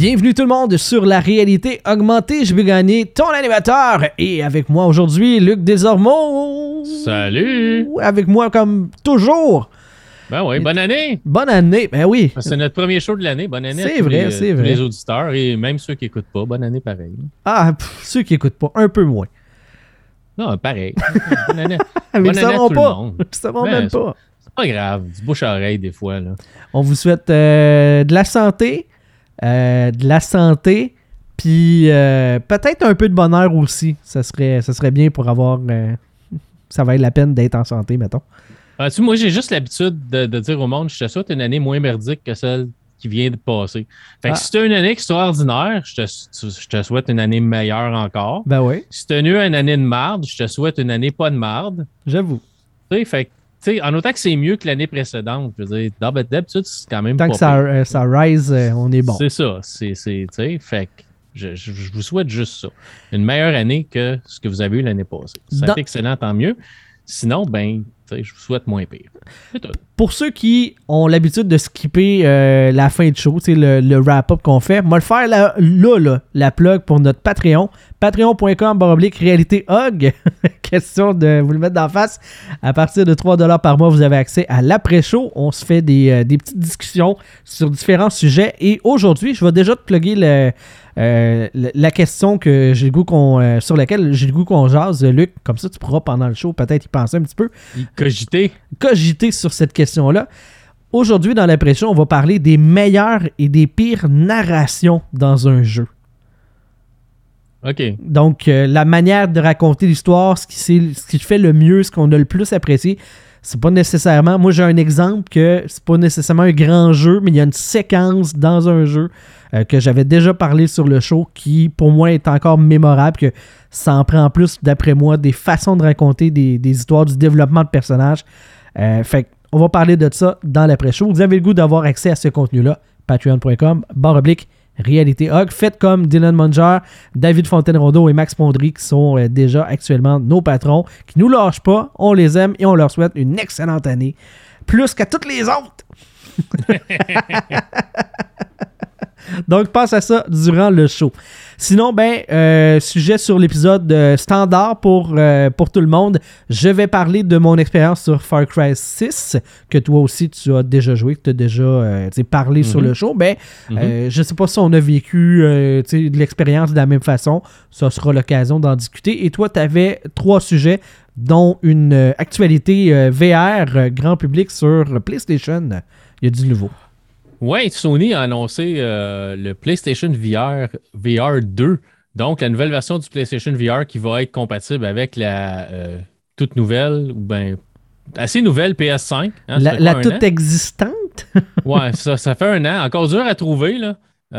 Bienvenue tout le monde sur la réalité augmentée. Je vais gagner ton animateur. Et avec moi aujourd'hui, Luc Desormeaux. Salut! Avec moi comme toujours. Ben oui, bonne année! Bonne année, ben oui. C'est notre premier show de l'année. Bonne année C'est à tous, vrai, les, c'est tous vrai. les auditeurs et même ceux qui n'écoutent pas. Bonne année pareil. Ah, ceux qui écoutent pas, un peu moins. Non, pareil. Bonne année, Mais bonne ils année à sauront tout pas. le monde. Ils sauront Ben, même pas. C'est pas grave. Du bouche à oreille des fois. Là. On vous souhaite de la santé, puis peut-être un peu de bonheur aussi. Ça serait bien pour avoir... ça va être la peine d'être en santé, mettons. Moi, j'ai juste l'habitude de dire au monde, je te souhaite une année moins merdique que celle qui vient de passer. Fait que si tu as une année extraordinaire, je te souhaite une année meilleure encore. Ben oui. Si tu as eu une année de marde, je te souhaite une année pas de marde. J'avoue. Tu sais, fait que, en autant que c'est mieux que l'année précédente, je veux dire, d'habitude, c'est quand même Tant pas que ça rise, on est bon. C'est ça. Tu sais, fait que je vous souhaite juste ça. Une meilleure année que ce que vous avez eu l'année passée. Ça a été excellent, tant mieux. Sinon, ben, je vous souhaite moins pire. C'est tout. Pour ceux qui ont l'habitude de skipper la fin de show, le wrap-up qu'on fait, moi le faire là, la plug pour notre Patreon. Patreon.com/réalitéhog. Question de vous le mettre d'en face. À partir de 3$ par mois, vous avez accès à l'après-show. On se fait des petites discussions sur différents sujets. Et aujourd'hui, je vais déjà te plugger la question que j'ai le goût sur laquelle j'ai le goût qu'on jase, Luc. Comme ça, tu pourras pendant le show peut-être y penser un petit peu. Cogiter sur cette question-là. Aujourd'hui, dans l'après-show, on va parler des meilleures et des pires narrations dans un jeu. OK. Donc, la manière de raconter l'histoire, ce qui fait le mieux, ce qu'on a le plus apprécié, c'est pas nécessairement... Moi, j'ai un exemple que c'est pas nécessairement un grand jeu, mais il y a une séquence dans un jeu que j'avais déjà parlé sur le show qui, pour moi, est encore mémorable, que ça en prend plus, d'après moi, des façons de raconter des histoires, du développement de personnages. Fait qu'on va parler de ça dans l'après-show. Vous avez le goût d'avoir accès à ce contenu-là, patreon.com/réalitéhog. Faites comme Dylan Munger, David Fontaine-Rondeau et Max Pondry qui sont déjà actuellement nos patrons, qui nous lâchent pas, on les aime et on leur souhaite une excellente année. Plus qu'à toutes les autres! Donc, pense à ça durant le show. Sinon, sujet sur l'épisode standard pour tout le monde. Je vais parler de mon expérience sur Far Cry 6, que toi aussi tu as déjà joué, que tu as déjà parlé sur le show. Je sais pas si on a vécu de l'expérience de la même façon. Ça sera l'occasion d'en discuter. Et toi, tu avais 3 sujets, dont une actualité VR grand public sur PlayStation. Il y a du nouveau. Oui, Sony a annoncé le PlayStation VR 2, donc la nouvelle version du PlayStation VR qui va être compatible avec la toute nouvelle, ou assez nouvelle PS5. Hein, la toute existante? Ouais, ça fait 1 an. Encore dur à trouver, là.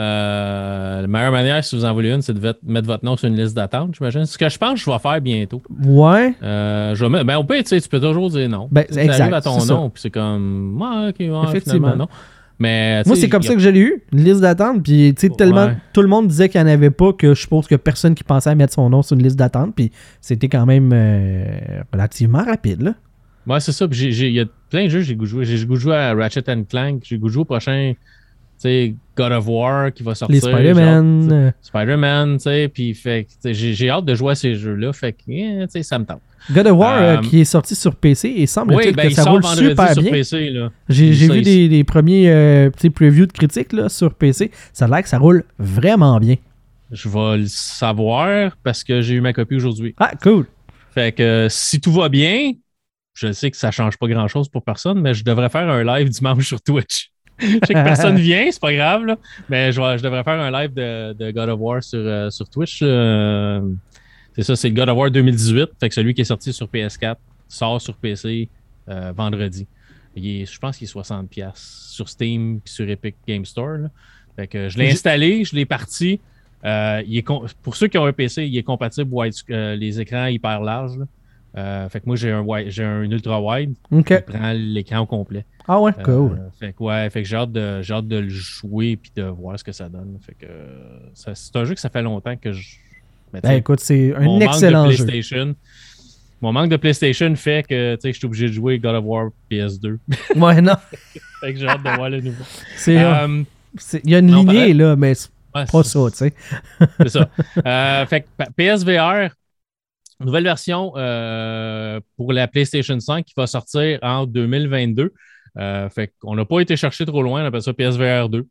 La meilleure manière, si vous en voulez une, c'est de mettre votre nom sur une liste d'attente, j'imagine. Ce que je pense que je vais faire bientôt. Ouais. Au pire, tu peux toujours dire non. Ça arrive à ton nom, puis c'est comme, ok, effectivement, non. Mais, moi, c'est comme ça que je l'ai eu, une liste d'attente. Puis, tellement tout le monde disait qu'il n'y en avait pas que je suppose que personne qui pensait à mettre son nom sur une liste d'attente. Puis, c'était quand même relativement rapide, là. Ouais, c'est ça. Puis, il y a plein de jeux que j'ai goût de jouer. J'ai goût de jouer à Ratchet & Clank. J'ai goût de jouer au prochain, God of War qui va sortir. Les Spider-Man. Spider-Man, tu sais. Puis, j'ai hâte de jouer à ces jeux-là. Fait que, ça me tente. God of War qui est sorti sur PC et semble-t-il que ça roule super bien. PC, là. J'ai vu des premiers previews de critiques là, sur PC. Ça a l'air que ça roule vraiment bien. Je vais le savoir parce que j'ai eu ma copie aujourd'hui. Ah, cool. Fait que si tout va bien, je sais que ça change pas grand-chose pour personne, mais je devrais faire un live dimanche sur Twitch. Je sais que personne vient, c'est pas grave, là, mais je devrais faire un live de God of War sur Twitch. C'est ça, c'est le God of War 2018. Fait que celui qui est sorti sur PS4 sort sur PC vendredi. Je pense qu'il est 60$ sur Steam et sur Epic Game Store. Là. Fait que je l'ai installé, je l'ai parti. Pour ceux qui ont un PC, il est compatible les écrans hyper larges. Fait que moi, j'ai un ultra-wide qui prend l'écran au complet. Ah ouais, cool. Fait que j'ai hâte de le jouer et de voir ce que ça donne. Fait que c'est un jeu que ça fait longtemps que écoute, c'est un excellent jeu. Mon manque de PlayStation fait que je suis obligé de jouer God of War PS2. Ouais, non. Fait que j'ai hâte de voir le nouveau. Il y a une lignée, là, mais Ouais, pas ça, tu sais. c'est ça. Fait que PSVR, nouvelle version pour la PlayStation 5 qui va sortir en 2022. Fait qu'on n'a pas été chercher trop loin, on appelle ça PSVR 2.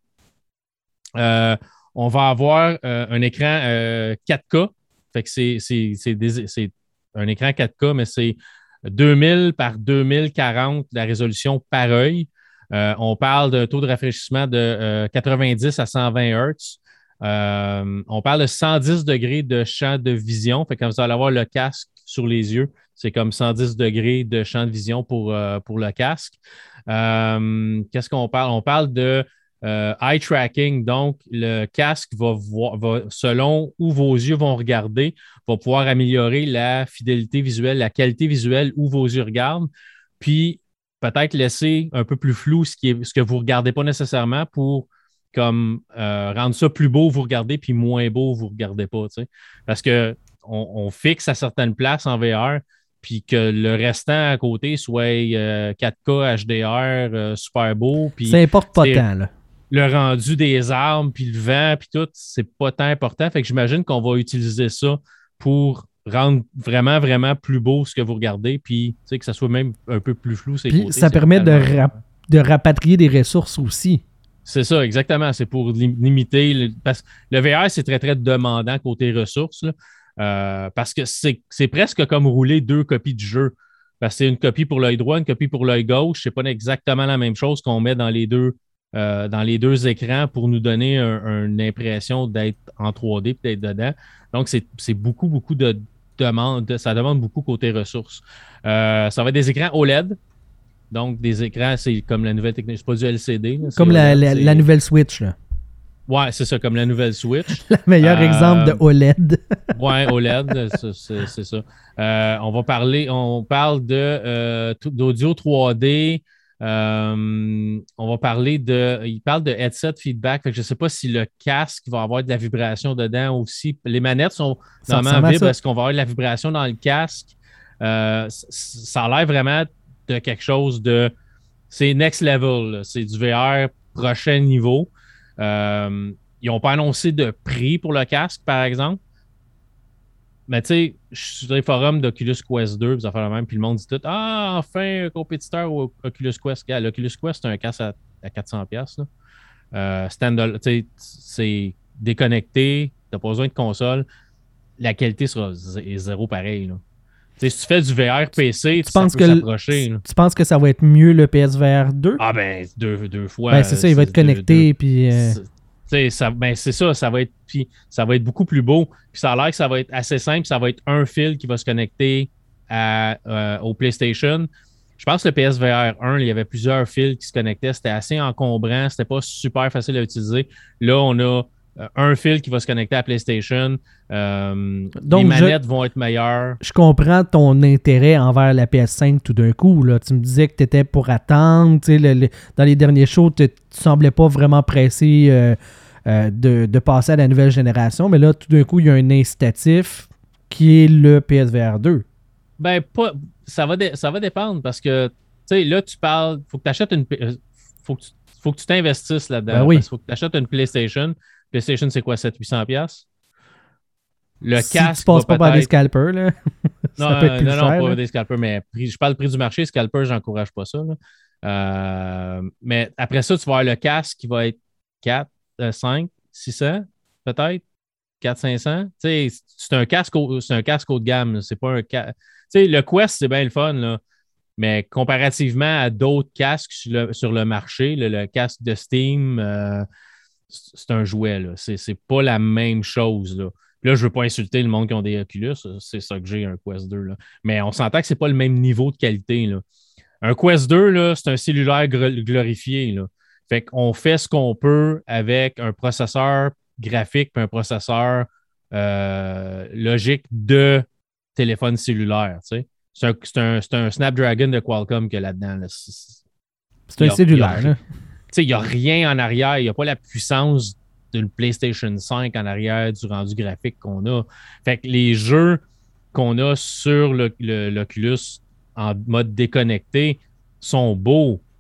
On va avoir un écran 4K. Fait que c'est un écran 4K, mais c'est 2000 par 2040 la résolution par œil. On parle d'un taux de rafraîchissement de 90 à 120 Hz. On parle de 110 degrés de champ de vision. Fait que quand vous allez avoir le casque sur les yeux, c'est comme 110 degrés de champ de vision pour le casque. Qu'est-ce qu'on parle? On parle de eye tracking. Donc, le casque selon où vos yeux vont regarder, va pouvoir améliorer la fidélité visuelle, la qualité visuelle où vos yeux regardent. Puis, peut-être laisser un peu plus flou ce que vous ne regardez pas nécessairement pour rendre ça plus beau, vous regardez, puis moins beau, vous ne regardez pas. T'sais. Parce qu'on fixe à certaines places en VR, puis que le restant à côté soit 4K, HDR, super beau. Ça importe pas tant, là. Le rendu des armes, puis le vent, puis tout, c'est pas tant important. Fait que j'imagine qu'on va utiliser ça pour rendre vraiment, vraiment plus beau ce que vous regardez, puis que ça soit même un peu plus flou. Puis ça permet de rapatrier des ressources aussi. C'est ça, exactement. C'est pour limiter. Parce que le VR, c'est très, très demandant côté ressources. Parce que c'est presque comme rouler 2 copies du jeu. Parce que c'est une copie pour l'œil droit, une copie pour l'œil gauche. C'est pas exactement la même chose qu'on met dans les deux écrans pour nous donner une impression d'être en 3D et d'être dedans. Donc, c'est beaucoup, beaucoup de demandes. Ça demande beaucoup côté ressources. Ça va être des écrans OLED. Donc, des écrans, c'est comme la nouvelle technologie. C'est pas du LCD. Là, comme la nouvelle Switch, là. Ouais, c'est ça, comme la nouvelle Switch. Le meilleur exemple de OLED. Ouais, OLED, c'est ça. On parle d'audio 3D. On va parler il parle de headset feedback. Fait que je ne sais pas si le casque va avoir de la vibration dedans aussi. Les manettes sont normalement vibrent. Est-ce qu'on va avoir de la vibration dans le casque? Ça a l'air vraiment de quelque chose c'est next level. Là. C'est du VR prochain niveau. Ils n'ont pas annoncé de prix pour le casque, par exemple. Mais tu sais, je suis sur les forums d'Oculus Quest 2, puis ça fait le même, puis le monde dit tout « Ah, enfin, un compétiteur au Oculus Quest. » L'Oculus Quest, c'est un casque à 400$. C'est déconnecté, tu n'as pas besoin de console. La qualité sera zéro pareil. Là. Si tu fais du VR PC, ça peut s'approcher. Tu penses que ça va être mieux le PSVR 2? Ah ben, deux fois. Ben, c'est ça, il va être connecté. Puis c'est ça, ça va être beaucoup plus beau. Puis ça a l'air que ça va être assez simple. Ça va être un fil qui va se connecter au PlayStation. Je pense que le PSVR 1, il y avait plusieurs fils qui se connectaient. C'était assez encombrant. C'était pas super facile à utiliser. Là, on a un fil qui va se connecter à PlayStation. Donc, les manettes vont être meilleures. Je comprends ton intérêt envers la PS5 tout d'un coup. Là. Tu me disais que tu étais pour attendre. Dans les derniers shows, tu ne semblais pas vraiment pressé de passer à la nouvelle génération. Mais là, tout d'un coup, il y a un incitatif qui est le PSVR 2. Ben, ça va dépendre parce que là, tu parles. Faut que tu achètes une. Faut que tu t'investisses là-dedans. Ben oui. Parce qu'il faut que tu achètes une PlayStation. PlayStation, c'est quoi, 700-800$? Le si casque. Tu passes pas par des scalpers, là. Ça peut être plus cher, pas des scalpers, mais je parle prix du marché. Scalper, j'encourage pas ça. Mais après ça, tu vas avoir le casque qui va être 4, 5, 600, peut-être. 400-500. C'est un casque haut de gamme. C'est pas un casque. Le Quest, c'est bien le fun, là. Mais comparativement à d'autres casques sur le marché, le casque de Steam, c'est un jouet. Là. C'est pas la même chose. Là. Là, je veux pas insulter le monde qui ont des Oculus. C'est ça que j'ai, un Quest 2. Là. Mais on s'entend que c'est pas le même niveau de qualité. Là. Un Quest 2, là, c'est un cellulaire glorifié. Là. Fait qu'on fait ce qu'on peut avec un processeur graphique et un processeur logique de téléphone cellulaire. Tu sais. C'est un Snapdragon de Qualcomm qu'il y a là-dedans. Là. C'est un cellulaire. Il n'y a rien en arrière. Il n'y a pas la puissance d'une PlayStation 5 en arrière du rendu graphique qu'on a. Fait que les jeux qu'on a sur l'Oculus en mode déconnecté sont beaux,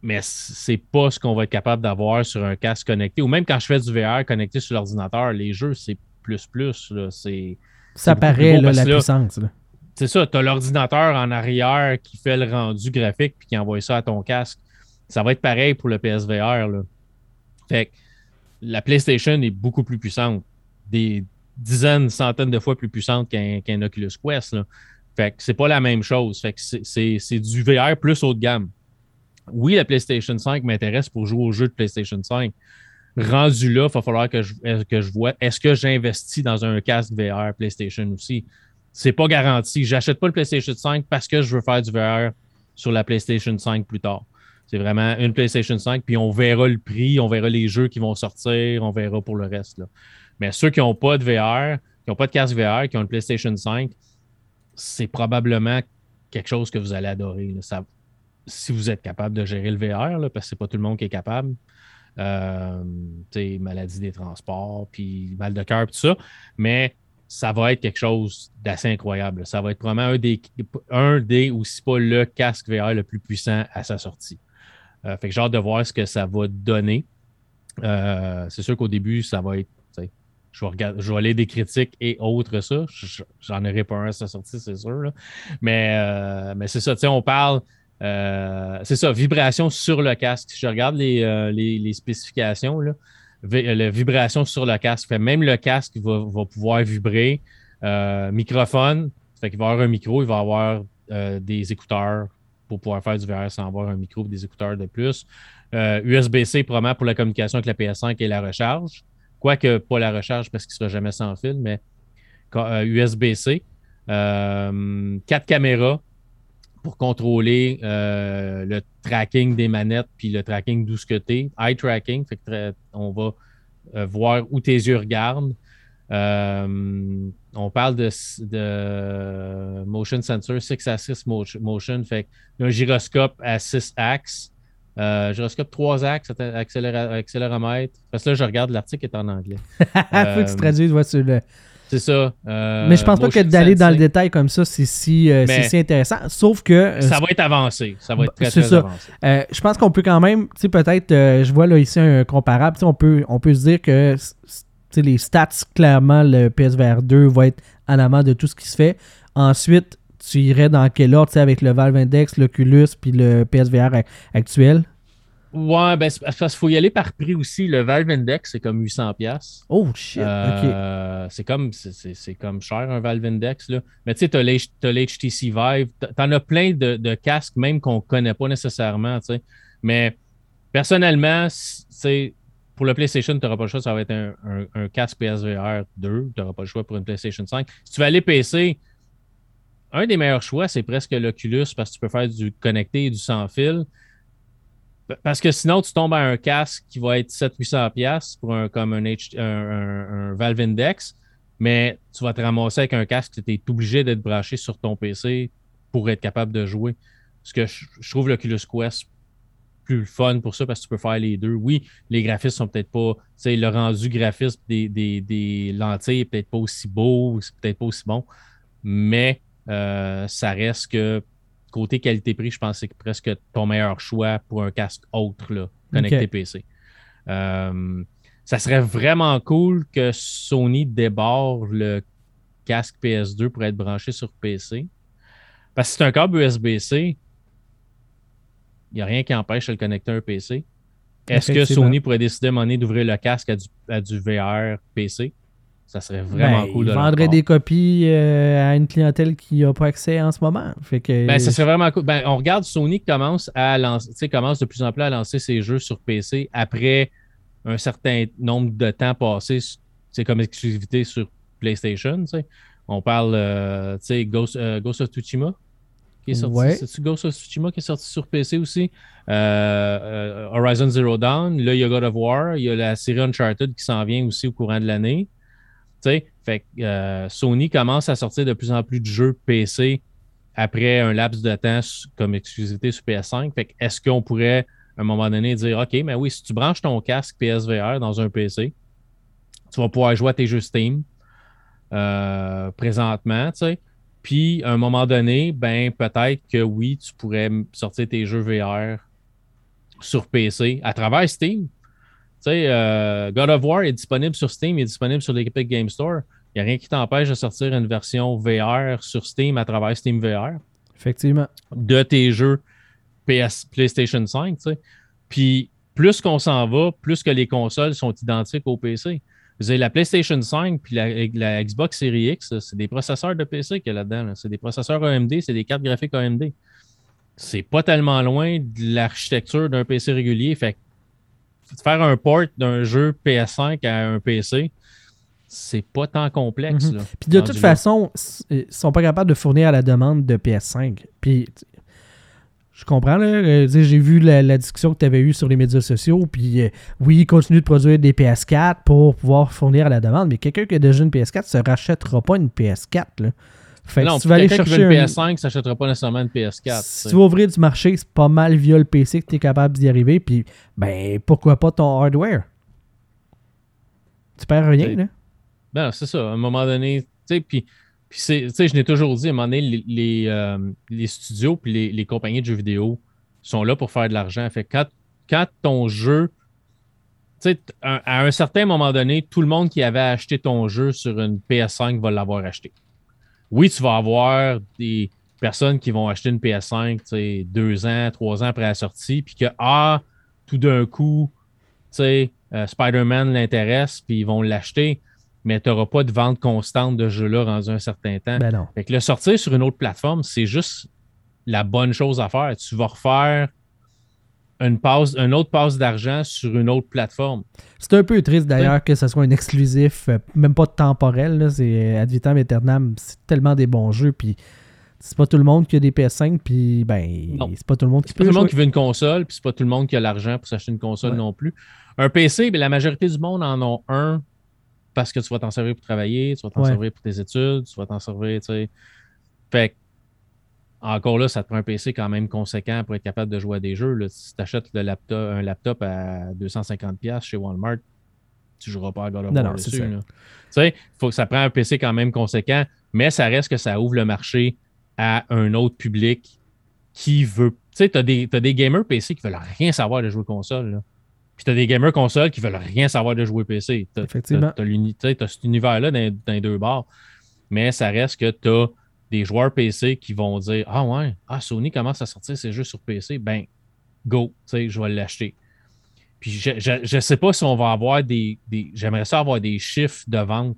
mais c'est pas ce qu'on va être capable d'avoir sur un casque connecté. Ou même quand je fais du VR connecté sur l'ordinateur, les jeux, c'est plus, là. C'est Ça beaucoup plus paraît, beau là, parce la que là, puissance. Là. c'est ça, tu as l'ordinateur en arrière qui fait le rendu graphique puis qui envoie ça à ton casque. Ça va être pareil pour le PSVR, là. Fait que la PlayStation est beaucoup plus puissante. Des dizaines, centaines de fois plus puissante qu'un Oculus Quest, là. Fait que c'est pas la même chose. Fait que c'est du VR plus haut de gamme. Oui, la PlayStation 5 m'intéresse pour jouer aux jeux de PlayStation 5. Rendu là, il va falloir que je vois est-ce que j'investis dans un casque VR PlayStation aussi. C'est pas garanti. J'achète pas le PlayStation 5 parce que je veux faire du VR sur la PlayStation 5 plus tard. C'est vraiment une PlayStation 5, puis on verra le prix, on verra les jeux qui vont sortir, on verra pour le reste. Là. Mais ceux qui n'ont pas de VR, qui n'ont pas de casque VR, qui ont une PlayStation 5, c'est probablement quelque chose que vous allez adorer. Là. Ça, si vous êtes capable de gérer le VR, là, parce que c'est pas tout le monde qui est capable. Maladie des transports, puis mal de cœur, tout ça. Mais ça va être quelque chose d'assez incroyable. Ça va être probablement un des ou si pas le casque VR le plus puissant à sa sortie. Fait que j'ai hâte de voir ce que ça va donner. C'est sûr qu'au début, ça va être. Je vais aller des critiques et autres, ça. J'en aurai pas un à sa sortie, c'est sûr. Là. Mais c'est ça, on parle. C'est ça, vibration sur le casque. Si je regarde les spécifications, là, la vibration sur le casque, fait même le casque va pouvoir vibrer. Microphone, fait qu'il va avoir un micro, il va avoir des écouteurs pour pouvoir faire du VR sans avoir un micro et des écouteurs de plus. USB-C, probablement pour la communication avec la PS5 et la recharge. Quoique pas la recharge parce qu'il ne sera jamais sans fil, mais USB-C. 4 caméras pour contrôler le tracking des manettes puis le tracking d'où ce que tu es. Eye tracking, fait que on va voir où tes yeux regardent. On parle de motion sensor, 6-axis motion, fait un gyroscope à 6 axes. Gyroscope 3 axes, accéléromètre. Parce que là, je regarde, l'article est en anglais. Faut que tu traduises, sur le. C'est ça. Mais je pense pas que d'aller dans le détail comme ça, c'est si intéressant. Sauf que. Ça va être avancé. Ça va être très, très avancé. Je pense qu'on peut quand même, peut-être, je vois là ici un comparable, on peut se dire que les stats, clairement, le PSVR 2 va être en amont de tout ce qui se fait. Ensuite, tu irais dans quel ordre, avec le Valve Index, l'Oculus, puis le PSVR actuel? Ouais, ben, parce qu'il faut y aller par prix aussi. Le Valve Index, c'est comme 800$. Oh shit, ok. C'est comme cher, un Valve Index. Là. Mais tu sais, tu as l'HTC Vive. Tu en as plein de casques, même qu'on ne connaît pas nécessairement. T'sais. Mais personnellement, pour le PlayStation, tu n'auras pas le choix, ça va être un casque PSVR 2. Tu n'auras pas le choix pour une PlayStation 5. Si tu veux aller PC, un des meilleurs choix, c'est presque l'Oculus parce que tu peux faire du connecté et du sans fil. Parce que sinon, tu tombes à un casque qui va être 700-800$ pour comme un Valve Index, mais tu vas te ramasser avec un casque que tu es obligé d'être branché sur ton PC pour être capable de jouer. Parce que je trouve l'Oculus Quest plus fun pour ça parce que tu peux faire les deux. Oui, les graphismes sont peut-être pas. Le rendu graphisme des lentilles n'est peut-être pas aussi beau, c'est peut-être pas aussi bon, mais ça reste que côté qualité-prix, je pense que c'est presque ton meilleur choix pour un casque autre, là, connecté PC. Ça serait vraiment cool que Sony débarre le casque PS2 pour être branché sur PC. Parce que c'est un câble USB-C, il n'y a rien qui empêche de le connecter à un PC. Est-ce que Sony pourrait décider à un moment donné d'ouvrir le casque à du VR PC? Ça serait vraiment cool de leur part. Ils vendraient des copies à une clientèle qui n'a pas accès en ce moment. Fait que, ça serait vraiment cool. On regarde Sony qui commence de plus en plus à lancer ses jeux sur PC après un certain nombre de temps passé comme exclusivité sur PlayStation. T'sais. On parle Ghost of Tsushima qui est sorti. Ouais. C'est-tu Ghost of Tsushima qui est sorti sur PC aussi? Horizon Zero Dawn. Là, il y a God of War. Il y a la série Uncharted qui s'en vient aussi au courant de l'année. Fait que Sony commence à sortir de plus en plus de jeux PC après un laps de temps comme exclusivité sur PS5. Fait que est-ce qu'on pourrait, à un moment donné, dire OK, mais oui, si tu branches ton casque PSVR dans un PC, tu vas pouvoir jouer à tes jeux Steam présentement, puis à un moment donné, ben peut-être que oui, tu pourrais sortir tes jeux VR sur PC à travers Steam. Tu sais, God of War est disponible sur Steam, il est disponible sur l'Epic Game Store. Il n'y a rien qui t'empêche de sortir une version VR sur Steam à travers Steam VR. Effectivement. De tes jeux PlayStation 5, tu sais. Puis, plus qu'on s'en va, plus que les consoles sont identiques au PC. Vous avez la PlayStation 5 puis la Xbox Series X, c'est des processeurs de PC qu'il y a là-dedans. Là. C'est des processeurs AMD, c'est des cartes graphiques AMD. C'est pas tellement loin de l'architecture d'un PC régulier. Fait que faire un port d'un jeu PS5 à un PC, c'est pas tant complexe. Là, puis de toute façon, ils sont pas capables de fournir à la demande de PS5. Puis je comprends, là. J'ai vu la discussion que tu avais eue sur les médias sociaux, puis oui, ils continuent de produire des PS4 pour pouvoir fournir à la demande, mais quelqu'un qui a déjà une PS4 ne se rachètera pas une PS4, là. Fait non, si tu vas aller chercher une PS5 ne s'achètera pas nécessairement une PS4. Si tu vas ouvrir du marché, c'est pas mal via le PC que tu es capable d'y arriver, puis ben pourquoi pas ton hardware? Tu perds rien, là. Ben, c'est ça. À un moment donné, tu sais, puis je l'ai toujours dit, à un moment donné, les studios puis les compagnies de jeux vidéo sont là pour faire de l'argent. Fait que quand ton jeu, tu sais, à un certain moment donné, tout le monde qui avait acheté ton jeu sur une PS5 va l'avoir acheté. Oui, tu vas avoir des personnes qui vont acheter une PS5, tu sais, 2 ans, 3 ans après la sortie, puis que, tout d'un coup, tu sais, Spider-Man l'intéresse, puis ils vont l'acheter, mais tu n'auras pas de vente constante de jeu-là rendu un certain temps. Ben non. Fait que le sortir sur une autre plateforme, c'est juste la bonne chose à faire. Tu vas refaire une autre passe d'argent sur une autre plateforme. C'est un peu triste d'ailleurs que ce soit un exclusif, même pas temporel, là, c'est ad vitam aeternam, c'est tellement des bons jeux, puis c'est pas tout le monde qui a des PS5, puis ben, c'est pas tout le monde qui peut. C'est pas tout le monde qui veut une console, puis c'est pas tout le monde qui a l'argent pour s'acheter une console non plus. Un PC, ben, la majorité du monde en ont un parce que tu vas t'en servir pour travailler, tu vas t'en servir pour tes études, tu vas t'en servir, tu sais. Fait que, encore là, ça te prend un PC quand même conséquent pour être capable de jouer à des jeux. Là. Si tu achètes un laptop à 250$ chez Walmart, tu ne joueras pas à God of War dessus. Tu sais, faut que ça prend un PC quand même conséquent, mais ça reste que ça ouvre le marché à un autre public qui veut. Tu sais, tu as des gamers PC qui veulent rien savoir de jouer console. Là. Puis tu as des gamers console qui veulent rien savoir de jouer PC. Effectivement. Tu as cet univers-là dans les deux bords. Mais ça reste que tu as des joueurs PC qui vont dire Sony commence à sortir ses jeux sur PC, ben go, je vais l'acheter. Puis je ne sais pas si on va avoir j'aimerais ça avoir des chiffres de vente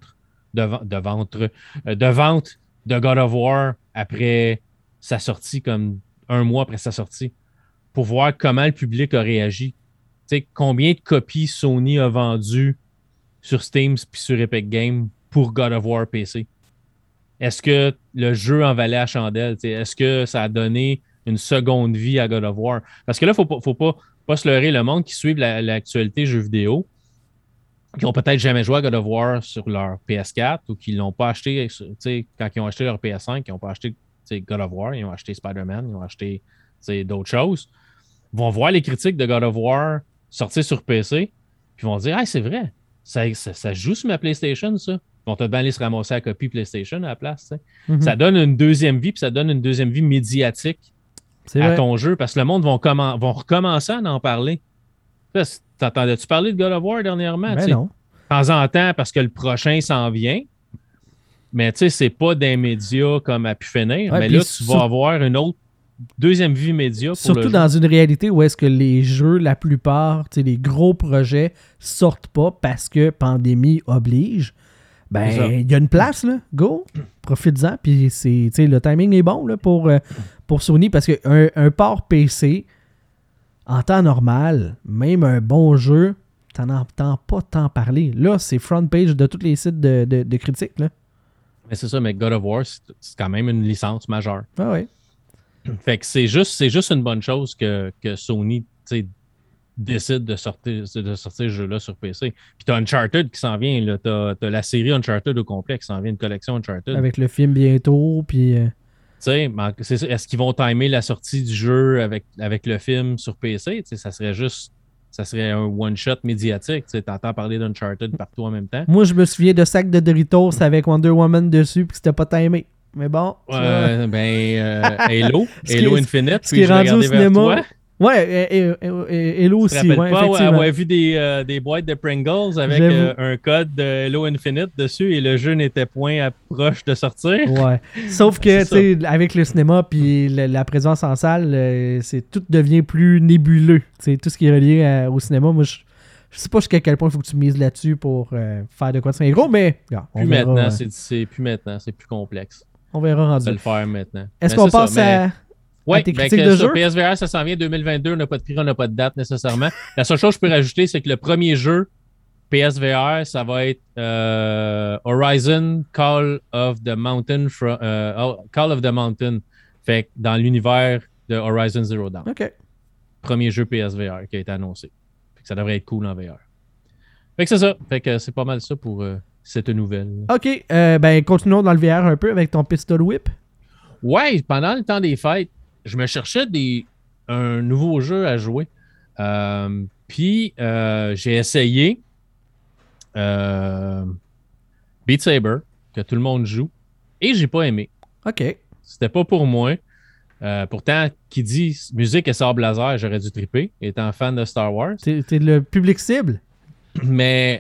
de God of War après sa sortie, comme un mois après sa sortie, pour voir comment le public a réagi. T'sais, combien de copies Sony a vendu sur Steam puis sur Epic Games pour God of War PC? Est-ce que le jeu en valait à chandelle? Est-ce que ça a donné une seconde vie à God of War? Parce que là, il ne faut pas se leurrer. Le monde qui suit l'actualité jeux vidéo, qui n'ont peut-être jamais joué à God of War sur leur PS4 ou qui ne l'ont pas acheté, quand ils ont acheté leur PS5, ils n'ont pas acheté God of War, ils ont acheté Spider-Man, ils ont acheté d'autres choses, vont voir les critiques de God of War sortir sur PC, puis vont dire c'est vrai, ça joue sur ma PlayStation, ça. Ils vont peut-être aller se ramasser à la copie PlayStation à la place. Mm-hmm. Ça donne une deuxième vie, puis ça donne une deuxième vie médiatique à ton jeu, parce que le monde vont recommencer à en parler. T'entendais-tu parler de God of War dernièrement? Ben non. De temps en temps, parce que le prochain s'en vient. Mais tu sais, c'est pas des médias comme à pu finir. Mais là, tu vas avoir une autre deuxième vie média pour surtout le jeu. Dans une réalité où est-ce que les jeux, la plupart, les gros projets sortent pas parce que pandémie oblige. Ben, il y a une place, là. Go, profite-en. Puis le timing est bon là, pour Sony parce qu'un port PC, en temps normal, même un bon jeu, t'en entends pas tant parler. Là, c'est front page de tous les sites de critiques. Là. Mais c'est ça, mais God of War, c'est quand même une licence majeure. Ah oui. Fait que c'est juste une bonne chose que Sony décide de sortir ce jeu-là sur PC. Puis t'as Uncharted qui s'en vient. Là. T'as la série Uncharted au complet qui s'en vient, une collection Uncharted. Avec le film bientôt, puis... est-ce qu'ils vont timer la sortie du jeu avec le film sur PC? Ça serait un one-shot médiatique. T'entends parler d'Uncharted partout en même temps. Moi, je me souviens de sacs de Doritos avec Wonder Woman dessus, puis c'était pas timé. Mais bon. Halo Infinite, puis je regardais vers toi. Ouais, Hello Tu te aussi, rappelles ouais, pas effectivement. avoir vu des boîtes de Pringles avec un code de Hello Infinite dessus et le jeu n'était point proche de sortir? Ouais. Sauf C'est que, tu ça. sais, avec le cinéma puis la présence en salle, tout devient plus nébuleux. Tu sais, tout ce qui est relié au cinéma, moi, je sais pas jusqu'à quel point il faut que tu mises là-dessus pour faire de quoi de gros, mais regarde, Plus maintenant, c'est plus maintenant, c'est plus complexe on verra rendu de là. le faire maintenant. Est-ce Mais qu'on c'est ça. passe Mais à oui, tes ben critiques que de ça, jeu? PSVR, ça s'en vient 2022, on n'a pas de prix, on n'a pas de date nécessairement. La seule chose que je peux rajouter, c'est que le premier jeu PSVR, ça va être Horizon Call of the Mountain. Call of the Mountain. Fait que dans l'univers de Horizon Zero Dawn. OK. Premier jeu PSVR qui a été annoncé. Fait que ça devrait être cool en VR. Fait que c'est ça. Fait que c'est pas mal ça pour cette nouvelle. OK. Ben, continuons dans le VR un peu avec ton Pistol Whip. Ouais, pendant le temps des fêtes, je me cherchais un nouveau jeu à jouer. Puis j'ai essayé Beat Saber, que tout le monde joue, et j'ai pas aimé. OK. C'était pas pour moi. Pourtant, qui dit musique et sable laser, j'aurais dû triper, étant fan de Star Wars. T'es le public cible? Mais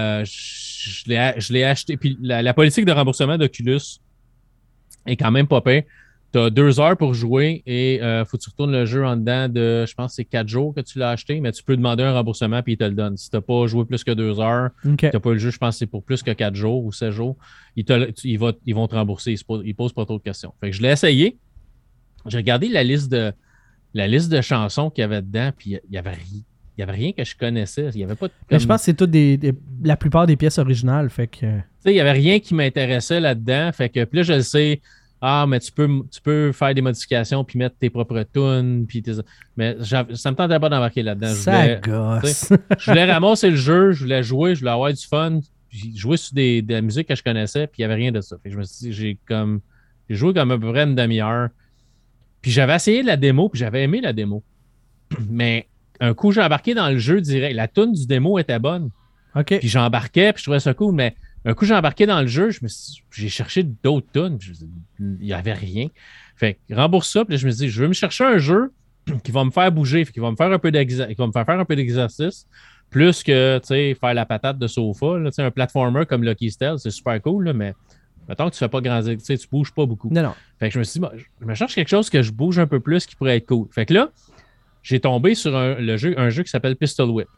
je l'ai acheté. Puis la politique de remboursement d'Oculus est quand même pas pire. Tu as 2 heures pour jouer et faut que tu retournes le jeu en dedans de, je pense, c'est 4 jours que tu l'as acheté, mais tu peux demander un remboursement puis ils te le donnent. Si tu n'as pas joué plus que 2 heures, OK. tu n'as pas le jeu, je pense que c'est pour plus que 4 jours ou 7 jours, ils vont te rembourser. Ils posent pas trop de questions. Fait que je l'ai essayé. J'ai regardé la liste de chansons qu'il y avait dedans, puis il y avait rien que je connaissais. Il y avait pas Mais je pense que c'est toutes la plupart des pièces originales. Fait que. Il n'y avait rien qui m'intéressait là-dedans. Fait que puis là, je le sais. Ah, mais tu peux faire des modifications puis mettre tes propres tunes. Mais ça me tentait pas d'embarquer là-dedans. Ça gosse. Je voulais ramasser le jeu, je voulais jouer, je voulais avoir du fun. Puis jouer sur de la musique que je connaissais, puis il n'y avait rien de ça. Fait que je me suis dit, j'ai joué comme à peu près une demi-heure. Puis j'avais essayé la démo, puis j'avais aimé la démo. Mais un coup, j'ai embarqué dans le jeu direct. La tune du démo était bonne. OK. Puis j'embarquais, puis je trouvais ça cool, mais un coup, j'ai embarqué dans le jeu, j'ai cherché d'autres tunes, il n'y avait rien. Fait que rembourse ça, puis là, je me suis dit, je veux me chercher un jeu qui va me faire bouger, qui va me faire faire un peu d'exercice, plus que, tu sais, faire la patate de sofa, là, un platformer comme Lucky Style, c'est super cool, là, mais mettons que tu fais pas grand, tu sais, tu bouges pas beaucoup. Non. Fait que je me suis dit, je me cherche quelque chose que je bouge un peu plus qui pourrait être cool. Fait que là, j'ai tombé sur un jeu qui s'appelle Pistol Whip.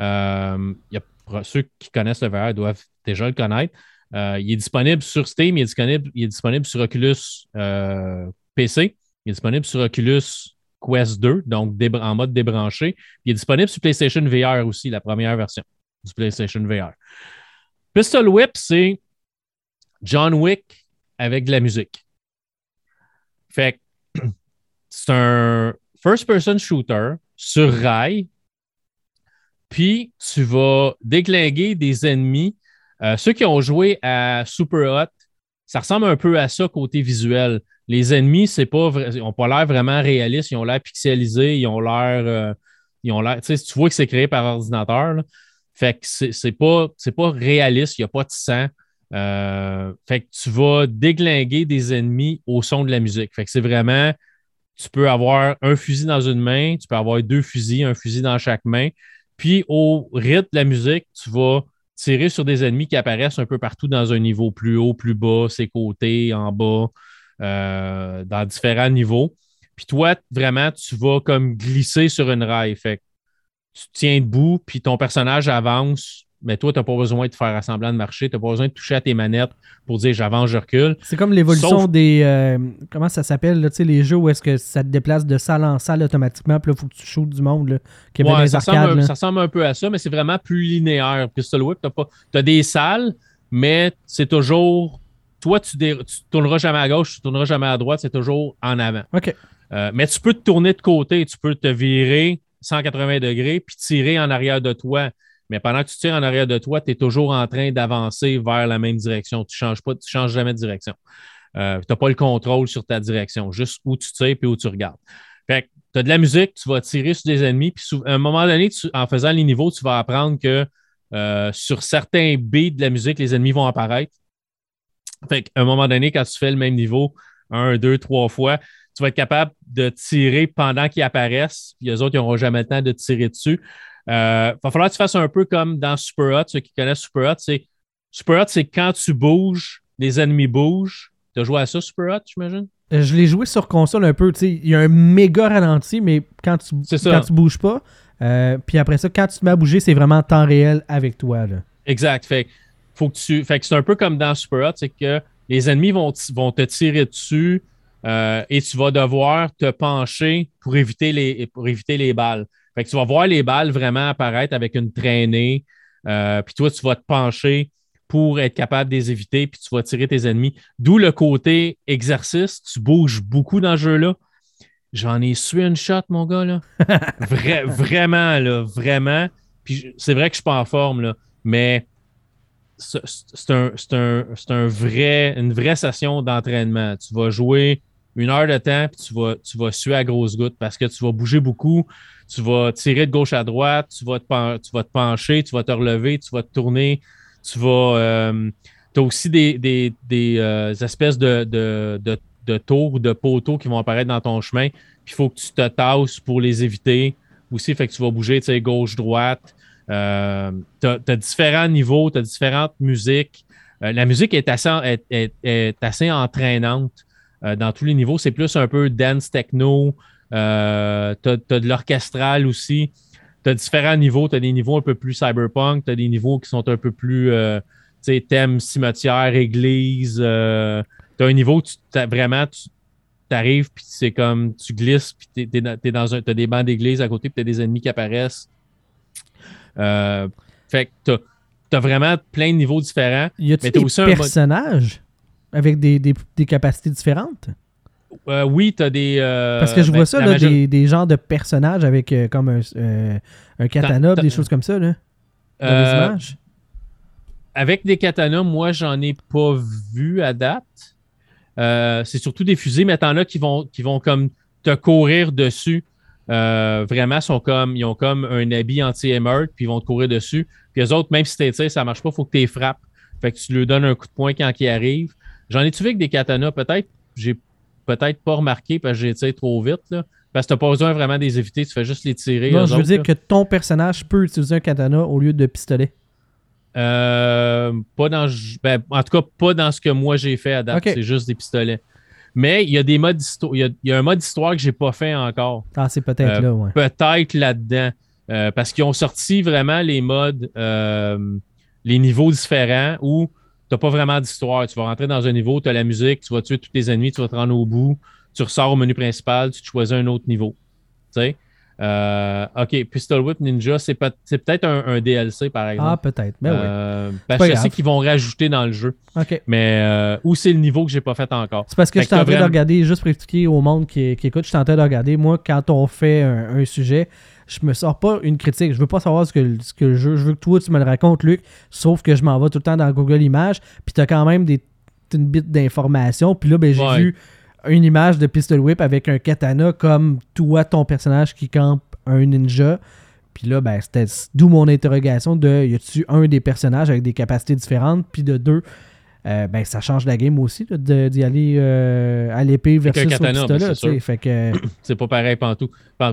Ceux qui connaissent le VR doivent déjà le connaître. Il est disponible sur Steam, il est disponible sur Oculus PC, il est disponible sur Oculus Quest 2, donc en mode débranché. Il est disponible sur PlayStation VR aussi, la première version du PlayStation VR. Pistol Whip, c'est John Wick avec de la musique. Fait que c'est un first-person shooter sur rail. Puis, tu vas déglinguer des ennemis. Ceux qui ont joué à Super Hot, ça ressemble un peu à ça côté visuel. Les ennemis, ils n'ont pas l'air vraiment réalistes. Ils ont l'air pixelisés. Ils ont l'air. Tu vois que c'est créé par ordinateur. Là. Fait que c'est pas réaliste. Il n'y a pas de sang. Fait que tu vas déglinguer des ennemis au son de la musique. Fait que c'est vraiment. Tu peux avoir un fusil dans une main, tu peux avoir 2 fusils, un fusil dans chaque main. Puis, au rythme de la musique, tu vas tirer sur des ennemis qui apparaissent un peu partout dans un niveau plus haut, plus bas, ses côtés, en bas, dans différents niveaux. Puis toi, vraiment, tu vas comme glisser sur une rail. Fait que tu te tiens debout, puis ton personnage avance, mais toi, tu n'as pas besoin de faire semblant de marcher, tu n'as pas besoin de toucher à tes manettes pour dire j'avance, je recule. C'est comme l'évolution des. Comment ça s'appelle, là, les jeux où est-ce que ça te déplace de salle en salle automatiquement, puis là, il faut que tu shootes du monde, là, qui avait des arcades. Ça ressemble un peu à ça, mais c'est vraiment plus linéaire. Pistol Whip, tu as des salles, mais c'est toujours. Toi, tu tourneras jamais à gauche, tu tourneras jamais à droite, c'est toujours en avant. OK. Mais tu peux te tourner de côté, tu peux te virer 180 degrés puis tirer en arrière de toi. Mais pendant que tu tires en arrière de toi, tu es toujours en train d'avancer vers la même direction. Tu ne changes jamais de direction. Tu n'as pas le contrôle sur ta direction, juste où tu tires et où tu regardes. Fait que tu as de la musique, tu vas tirer sur des ennemis, puis à un moment donné, en faisant les niveaux, tu vas apprendre que sur certains beats de la musique, les ennemis vont apparaître. Fait qu'à un moment donné, quand tu fais le même niveau, 1, 2, 3 fois, tu vas être capable de tirer pendant qu'ils apparaissent, puis les autres, ils n'auront jamais le temps de tirer dessus. Va falloir que tu fasses un peu comme dans Super Hot. Ceux qui connaissent Super Hot, c'est quand tu bouges, les ennemis bougent. Tu as joué à ça, Super Hot, j'imagine? Je l'ai joué sur console un peu. Il y a un méga ralenti, mais quand tu bouges pas. Puis après ça, quand tu te mets à bouger, c'est vraiment temps réel avec toi. Là. Exact. Fait que c'est un peu comme dans Super Hot, c'est que les ennemis vont te tirer dessus et tu vas devoir te pencher pour éviter les balles. Fait que tu vas voir les balles vraiment apparaître avec une traînée. Puis toi, tu vas te pencher pour être capable de les éviter, puis tu vas tirer tes ennemis. D'où le côté exercice. Tu bouges beaucoup dans ce jeu-là. J'en ai sué une shot, mon gars, là. Vraiment, là, vraiment. Puis c'est vrai que je suis pas en forme, là, mais c'est une vraie session d'entraînement. Tu vas jouer 1 heure de temps, puis tu vas suer à grosses gouttes parce que tu vas bouger beaucoup, tu vas tirer de gauche à droite, tu vas te pencher, tu vas te relever, tu vas te tourner, tu vas... tu as aussi des espèces de tours ou de poteaux qui vont apparaître dans ton chemin, puis il faut que tu te tasses pour les éviter aussi, fait que tu vas bouger, tu sais, gauche-droite. Tu as différents niveaux, tu as différentes musiques. La musique est assez entraînante dans tous les niveaux. C'est plus un peu dance techno. Tu as de l'orchestral aussi. Tu as différents niveaux. Tu as des niveaux un peu plus cyberpunk. Tu as des niveaux qui sont un peu plus thème cimetière, église. Tu as un niveau où tu arrives, puis c'est comme tu glisses, puis t'as des bancs d'église à côté, puis tu as des ennemis qui apparaissent. Fait que t'as vraiment plein de niveaux différents. Y a-t-il des personnages avec des capacités différentes? Oui, t'as des... Parce que je vois ça, là, des genres de personnages avec comme un katana, des choses comme ça, là, dans les images. Avec des katanas, moi, j'en ai pas vu à date. C'est surtout des fusées, mais t'en as qui vont comme te courir dessus. Vraiment, ils ont comme un habit anti-émeute, puis ils vont te courir dessus. Puis eux autres, même si tu tires, ça marche pas, il faut que tu les frappes. Fait que tu leur donnes un coup de poing quand ils arrivent. J'en ai-tu vu avec des katanas? J'ai peut-être pas remarqué parce que j'ai tiré trop vite, là. Parce que tu n'as pas besoin vraiment de les éviter, tu fais juste les tirer. Non, je veux dire que ton personnage peut utiliser un katana au lieu de pistolet. En tout cas, pas dans ce que moi j'ai fait à date. Okay. C'est juste des pistolets. Mais il y a des modes d'histoire. Il y a un mode d'histoire que j'ai pas fait encore. Ah, c'est peut-être là, ouais. Peut-être là-dedans. Parce qu'ils ont sorti vraiment les modes, les niveaux différents où tu n'as pas vraiment d'histoire. Tu vas rentrer dans un niveau, tu as la musique, tu vas tuer tous tes ennemis, tu vas te rendre au bout, tu ressors au menu principal, tu te choisis un autre niveau. Tu sais? OK, Pistol Whip Ninja, c'est peut-être un DLC, par exemple. Ah, peut-être. Mais oui. Je sais qu'ils vont rajouter dans le jeu. OK. Mais où c'est le niveau que j'ai pas fait encore. C'est parce que je suis en train de regarder, juste pour expliquer au monde qui écoute, je suis en train de regarder. Moi, quand on fait un sujet, je me sors pas une critique. Je veux pas savoir ce que le jeu. Je veux que toi, tu me le racontes, Luc. Sauf que je m'en vais tout le temps dans Google Images. Puis tu as quand même une bite d'informations. Puis là, j'ai vu une image de Pistol Whip avec un katana comme toi, ton personnage qui campe un ninja. Puis là, c'était d'où mon interrogation de y a-tu un des personnages avec des capacités différentes, puis de deux, ça change la game aussi là, d'y aller à l'épée versus au pistolet. Fait que c'est pas pareil pantou.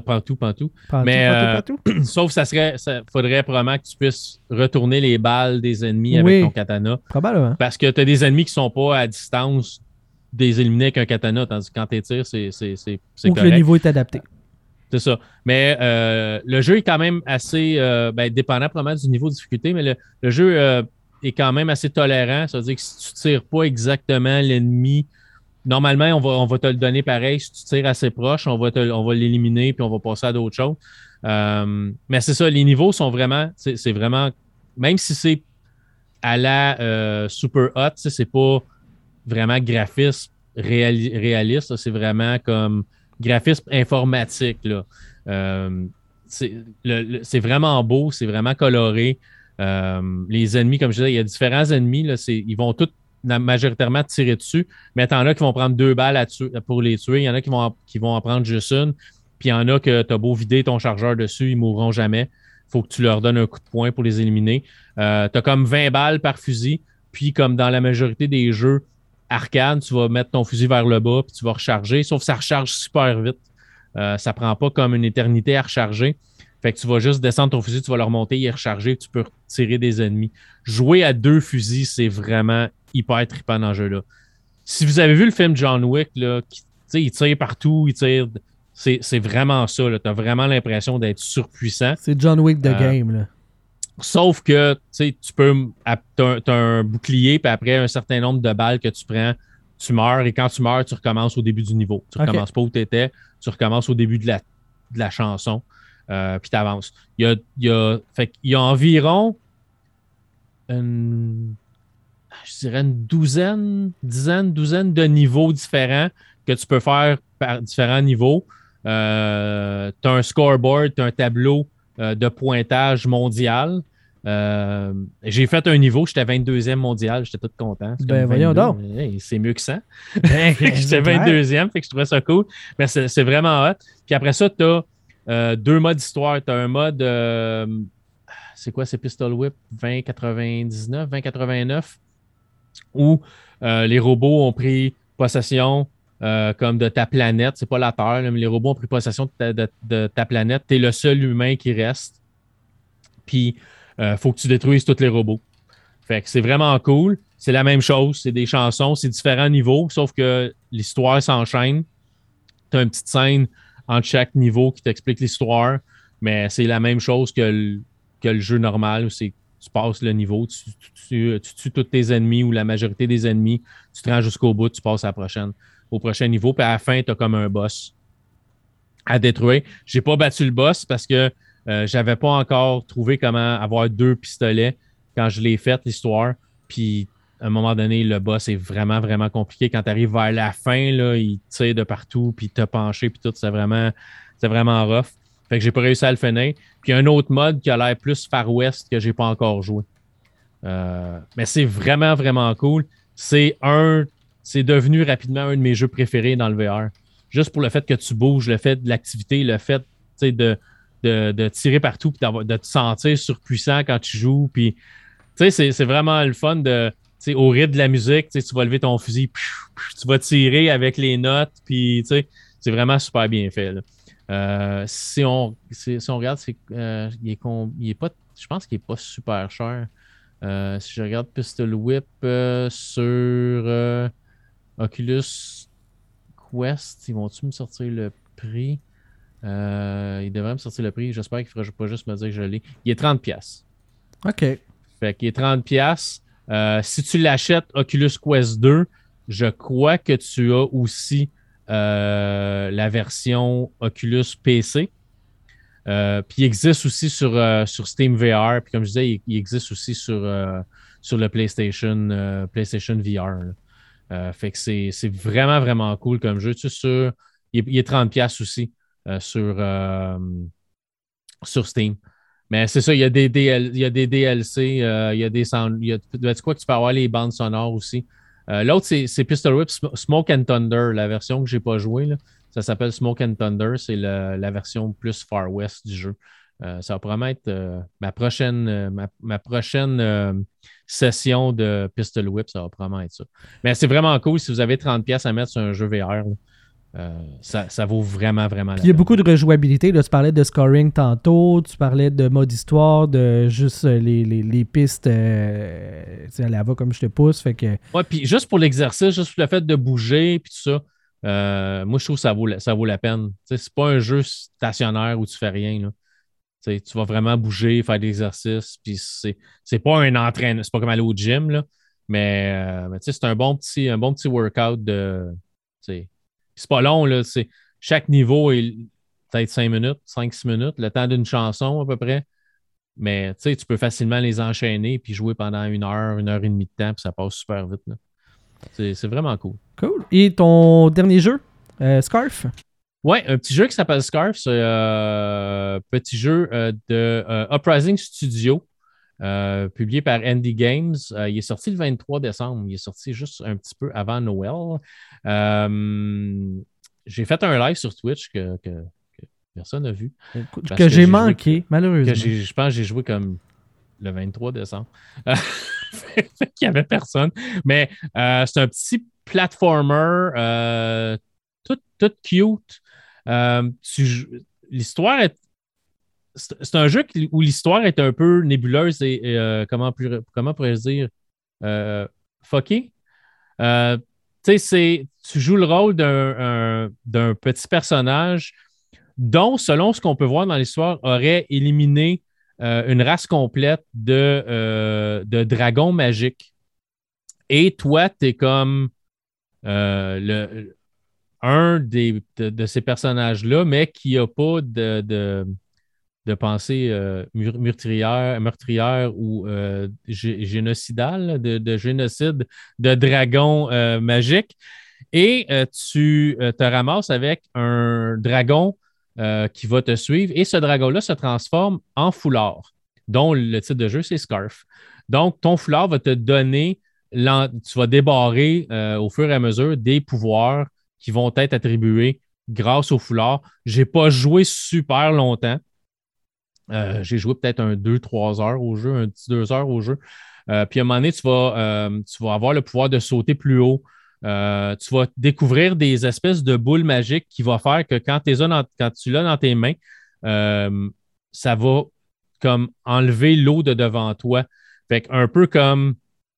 Mais sauf faudrait probablement que tu puisses retourner les balles des ennemis avec ton katana. Probablement. Parce que tu as des ennemis qui sont pas à distance des éliminer avec un katana, tandis que quand tu tires, c'est ou correct. Que le niveau est adapté. C'est ça. Mais le jeu est quand même assez dépendant probablement du niveau de difficulté, mais le jeu est quand même assez tolérant. Ça veut dire que si tu ne tires pas exactement l'ennemi, normalement, on va te le donner pareil. Si tu tires assez proche, on va l'éliminer puis on va passer à d'autres choses. Mais c'est ça, les niveaux sont vraiment, c'est vraiment, même si c'est à la Super Hot, c'est pas vraiment graphisme réaliste, c'est vraiment comme graphisme informatique. Là. C'est vraiment beau, c'est vraiment coloré. Les ennemis, comme je disais, il y a différents ennemis. Là, ils vont tous majoritairement tirer dessus, mais t'en as qui vont prendre 2 balles pour les tuer. Il y en a qui vont en prendre juste une. Puis il y en a que tu as beau vider ton chargeur dessus, ils ne mourront jamais. Il faut que tu leur donnes un coup de poing pour les éliminer. Tu as comme 20 balles par fusil. Puis comme dans la majorité des jeux, arcade, tu vas mettre ton fusil vers le bas puis tu vas recharger, sauf que ça recharge super vite. Ça prend pas comme une éternité à recharger. Fait que tu vas juste descendre ton fusil, tu vas le remonter, il est rechargé, tu peux tirer des ennemis. Jouer à 2 fusils, c'est vraiment hyper trippant dans ce jeu-là. Si vous avez vu le film John Wick, là, il tire partout, il tire. C'est vraiment ça. Tu as vraiment l'impression d'être surpuissant. C'est John Wick the game. Là. Sauf que tu peux. T'as un bouclier, puis après un certain nombre de balles que tu prends, tu meurs. Et quand tu meurs, tu recommences au début du niveau. Tu recommences pas où tu étais, tu recommences au début de la chanson. Puis tu avances. Il y a environ je dirais une douzaine de niveaux différents que tu peux faire par différents niveaux. Tu as un scoreboard, tu as un tableau de pointage mondial. J'ai fait un niveau, j'étais 22e mondial, j'étais tout content. Ben voyons donc. Hey, c'est mieux que ça. J'étais 22e, fait que je trouvais ça cool. Mais c'est vraiment hot. Puis après ça, tu as 2 modes histoire. Tu as un mode, c'est quoi, c'est Pistol Whip 2089, où les robots ont pris possession comme de ta planète. C'est pas la Terre, là, mais les robots ont pris possession de ta planète. Tu es le seul humain qui reste. Puis, faut que tu détruises tous les robots. Fait que c'est vraiment cool. C'est la même chose. C'est des chansons, c'est différents niveaux, sauf que l'histoire s'enchaîne. Tu as une petite scène entre chaque niveau qui t'explique l'histoire, mais c'est la même chose que le jeu normal. C'est tu passes le niveau, tu tues tous tes ennemis ou la majorité des ennemis, tu te rends jusqu'au bout, tu passes au prochain niveau, puis à la fin, tu as comme un boss à détruire. J'ai pas battu le boss parce que j'avais pas encore trouvé comment avoir 2 pistolets quand je l'ai fait, l'histoire. Puis, à un moment donné, le boss est vraiment, vraiment compliqué. Quand tu arrives vers la fin, là, il tire de partout, puis t'a penché, puis tout, c'est vraiment rough. Fait que j'ai pas réussi à le finir. Puis, un autre mode qui a l'air plus Far West que j'ai pas encore joué. Mais c'est vraiment, vraiment cool. C'est devenu rapidement un de mes jeux préférés dans le VR. Juste pour le fait que tu bouges, le fait de l'activité, le fait de tirer partout et de te sentir surpuissant quand tu joues. Puis, c'est vraiment le fun au rythme de la musique, tu vas lever ton fusil, tu vas tirer avec les notes, puis c'est vraiment super bien fait. Là. Si on regarde, il est pas, je pense qu'il n'est pas super cher. Si je regarde Pistol Whip sur Oculus Quest, ils vont-tu me sortir le prix? Il devrait me sortir le prix. J'espère qu'il ne fera pas juste me dire que je l'ai. Il est 30$. OK. Fait qu'il est 30$. Si tu l'achètes Oculus Quest 2, je crois que tu as aussi la version Oculus PC. Puis il existe aussi sur Steam VR. Puis comme je disais, il existe aussi sur le PlayStation VR. Fait que c'est vraiment, vraiment cool comme jeu. Il est 30$ aussi. Sur Steam. Mais c'est ça, il y a des DLC, il y a des sound, tu crois que tu peux avoir les bandes sonores aussi. L'autre, c'est Pistol Whip Smoke and Thunder, la version que j'ai pas jouée. Là. Ça s'appelle Smoke and Thunder, c'est la version plus Far West du jeu. Ça va probablement être ma prochaine session de Pistol Whip, ça va probablement être ça. Mais c'est vraiment cool si vous avez 30$ à mettre sur un jeu VR. Là. Ça vaut vraiment, vraiment la peine. Il y a beaucoup de rejouabilité. Là, tu parlais de scoring tantôt, tu parlais de mode histoire, de juste les pistes à la va comme je te pousse. Fait que... Ouais, puis juste pour l'exercice, juste pour le fait de bouger, puis tout ça, moi, je trouve que ça vaut la peine. T'sais, c'est pas un jeu stationnaire où tu fais rien. Là. Tu vas vraiment bouger, faire des exercices, puis c'est pas un entraînement, c'est pas comme aller au gym, là, mais c'est un bon petit workout de. C'est pas long, là. Chaque niveau est peut-être 5 minutes, 5-6 minutes, le temps d'une chanson à peu près. Mais tu peux facilement les enchaîner puis jouer pendant 1 heure, 1 heure et demie de temps, puis ça passe super vite. Là. C'est vraiment cool. Cool. Et ton dernier jeu, Scarf? Ouais, un petit jeu qui s'appelle Scarf. C'est un petit jeu de Uprising Studio, publié par Indie Games. Il est sorti le 23 décembre. Il est sorti juste un petit peu avant Noël. J'ai fait un live sur Twitch que personne n'a vu. Que j'ai manqué, malheureusement. Je pense que j'ai joué comme le 23 décembre. Il n'y avait personne. Mais c'est un petit platformer, tout cute. L'histoire est. C'est un jeu où l'histoire est un peu nébuleuse et comment pourrais-je dire? Fucky. Tu sais, tu joues le rôle d'un petit personnage dont, selon ce qu'on peut voir dans l'histoire, aurait éliminé une race complète de dragons magiques. Et toi, tu es comme un de ces personnages-là, mais qui n'a pas de pensée meurtrière ou génocidale, de génocide de dragons magiques. Et tu te ramasses avec un dragon qui va te suivre. Et ce dragon-là se transforme en foulard, dont le titre de jeu, c'est Scarf. Donc, ton foulard va te donner, tu vas débarrer au fur et à mesure des pouvoirs qui vont être attribués grâce au foulard. Je n'ai pas joué super longtemps. J'ai joué peut-être 2-3 heures au jeu, un petit 2 heures au jeu. Puis à un moment donné, tu vas avoir le pouvoir de sauter plus haut. Tu vas découvrir des espèces de boules magiques qui vont faire que quand tu l'as dans tes mains, ça va comme enlever l'eau de devant toi. Fait qu'un peu comme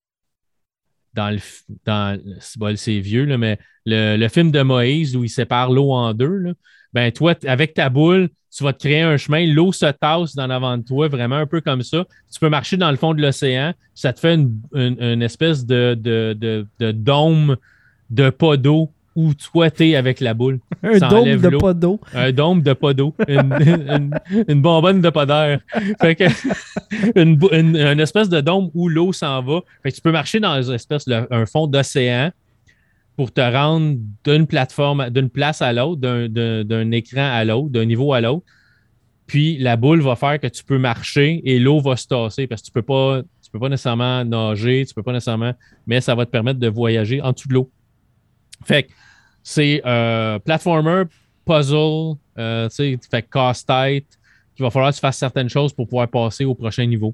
c'est vieux, là, mais le film de Moïse où il sépare l'eau en deux, là, ben toi, avec ta boule, tu vas te créer un chemin, l'eau se tasse dans l'avant de toi, vraiment un peu comme ça. Tu peux marcher dans le fond de l'océan, ça te fait une espèce de dôme de pas d'eau où toi, t'es avec la boule. Un dôme de pas d'eau. Un dôme de pas d'eau. Une bonbonne de pas d'air. Fait que une espèce de dôme où l'eau s'en va. Fait que tu peux marcher dans un fond d'océan pour te rendre d'une place à l'autre, d'un écran à l'autre, d'un niveau à l'autre. Puis la boule va faire que tu peux marcher et l'eau va se tasser parce que tu peux pas nécessairement nager, tu peux pas nécessairement, mais ça va te permettre de voyager en dessous de l'eau. Fait que c'est platformer, puzzle, fait casse-tête, qu'il va falloir que tu fasses certaines choses pour pouvoir passer au prochain niveau.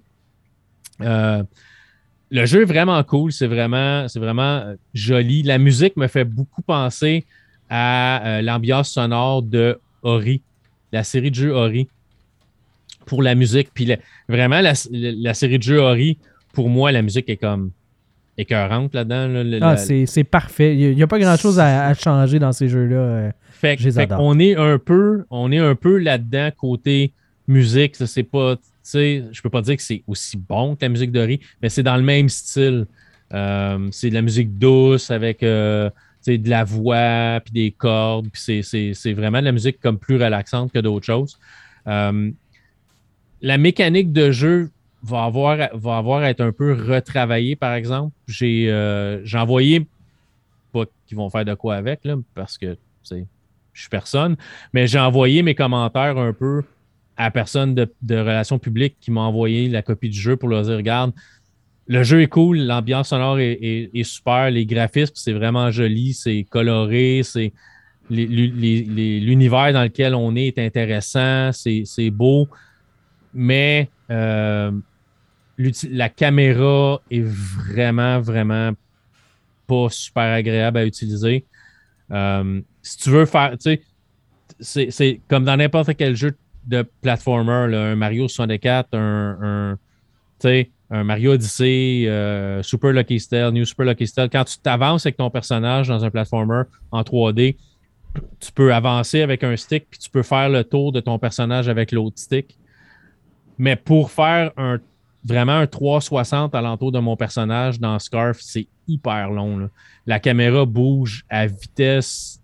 Le jeu est vraiment cool, c'est vraiment joli. La musique me fait beaucoup penser à l'ambiance sonore de Ori, la série de jeux Ori, pour la musique. Puis vraiment, la série de jeux Ori, pour moi, la musique est comme écœurante là-dedans. C'est parfait. Il n'y a pas grand-chose à changer dans ces jeux-là. Fait on est un peu là-dedans côté musique. Ça, c'est pas, je peux pas dire que c'est aussi bon que la musique de Ori, mais c'est dans le même style. C'est de la musique douce avec de la voix puis des cordes. Puis c'est vraiment de la musique comme plus relaxante que d'autres choses. La mécanique de jeu va avoir à être un peu retravaillée, par exemple. J'ai envoyé, pas qu'ils vont faire de quoi avec, là, parce que je suis personne, mais j'ai envoyé mes commentaires un peu à personne de relations publiques qui m'a envoyé la copie du jeu pour leur dire, regarde, le jeu est cool, l'ambiance sonore est super, les graphismes, c'est vraiment joli, c'est coloré, c'est l'univers dans lequel on est intéressant, c'est beau, mais la caméra est vraiment, vraiment pas super agréable à utiliser. Si tu veux faire, tu sais, c'est comme dans n'importe quel jeu de platformer, là, un Mario 64, un Mario Odyssey, Super Lucky Style, New Super Lucky Style. Quand tu t'avances avec ton personnage dans un platformer en 3D, tu peux avancer avec un stick puis tu peux faire le tour de ton personnage avec l'autre stick. Mais pour faire vraiment un 360 alentour de mon personnage dans Scarf, c'est hyper long, là. La caméra bouge à vitesse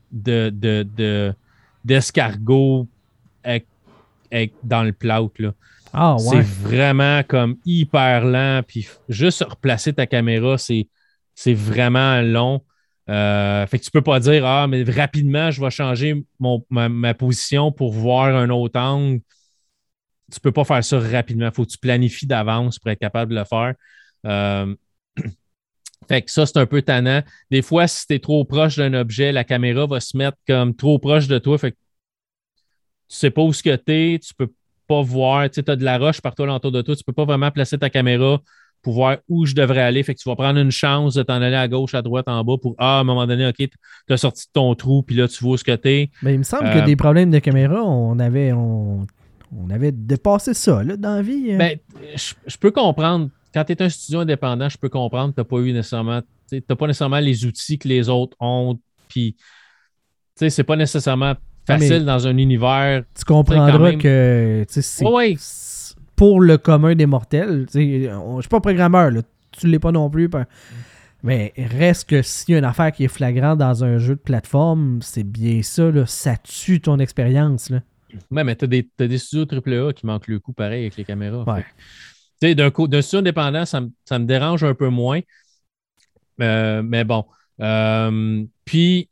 d'escargot dans le plâtre, là. Ah, ouais. C'est vraiment comme hyper lent. Puis juste replacer ta caméra, c'est vraiment long. Fait que tu peux pas dire, ah, mais rapidement, je vais changer ma position pour voir un autre angle. Tu peux pas faire ça rapidement. Il faut que tu planifies d'avance pour être capable de le faire. Fait que ça, c'est un peu tannant. Des fois, si tu es trop proche d'un objet, la caméra va se mettre comme trop proche de toi. Fait que tu sais pas où ce que tu es, tu peux pas voir. Tu sais, as de la roche partout autour de toi. Tu peux pas vraiment placer ta caméra pour voir où je devrais aller. Fait que tu vas prendre une chance de t'en aller à gauche, à droite, en bas pour, à un moment donné, OK, tu as sorti de ton trou, puis là, tu vois où ce que t'es. Mais il me semble que des problèmes de caméra, on avait dépassé ça là, dans la vie. Ben, je peux comprendre. Quand tu es un studio indépendant, je peux comprendre que tu n'as pas nécessairement les outils que les autres ont. Puis, tu sais, c'est pas nécessairement facile dans un univers. Tu comprendras que c'est pour le commun des mortels. Je suis pas programmeur, là, tu l'es pas non plus. Mais reste que s'il y a une affaire qui est flagrante dans un jeu de plateforme, c'est bien ça, là, ça tue ton expérience. Là. Ouais, mais t'as des studios AAA qui manquent le coup pareil avec les caméras. Ouais. Tu sais, d'un studio indépendant, ça me dérange un peu moins. Mais bon. Puis,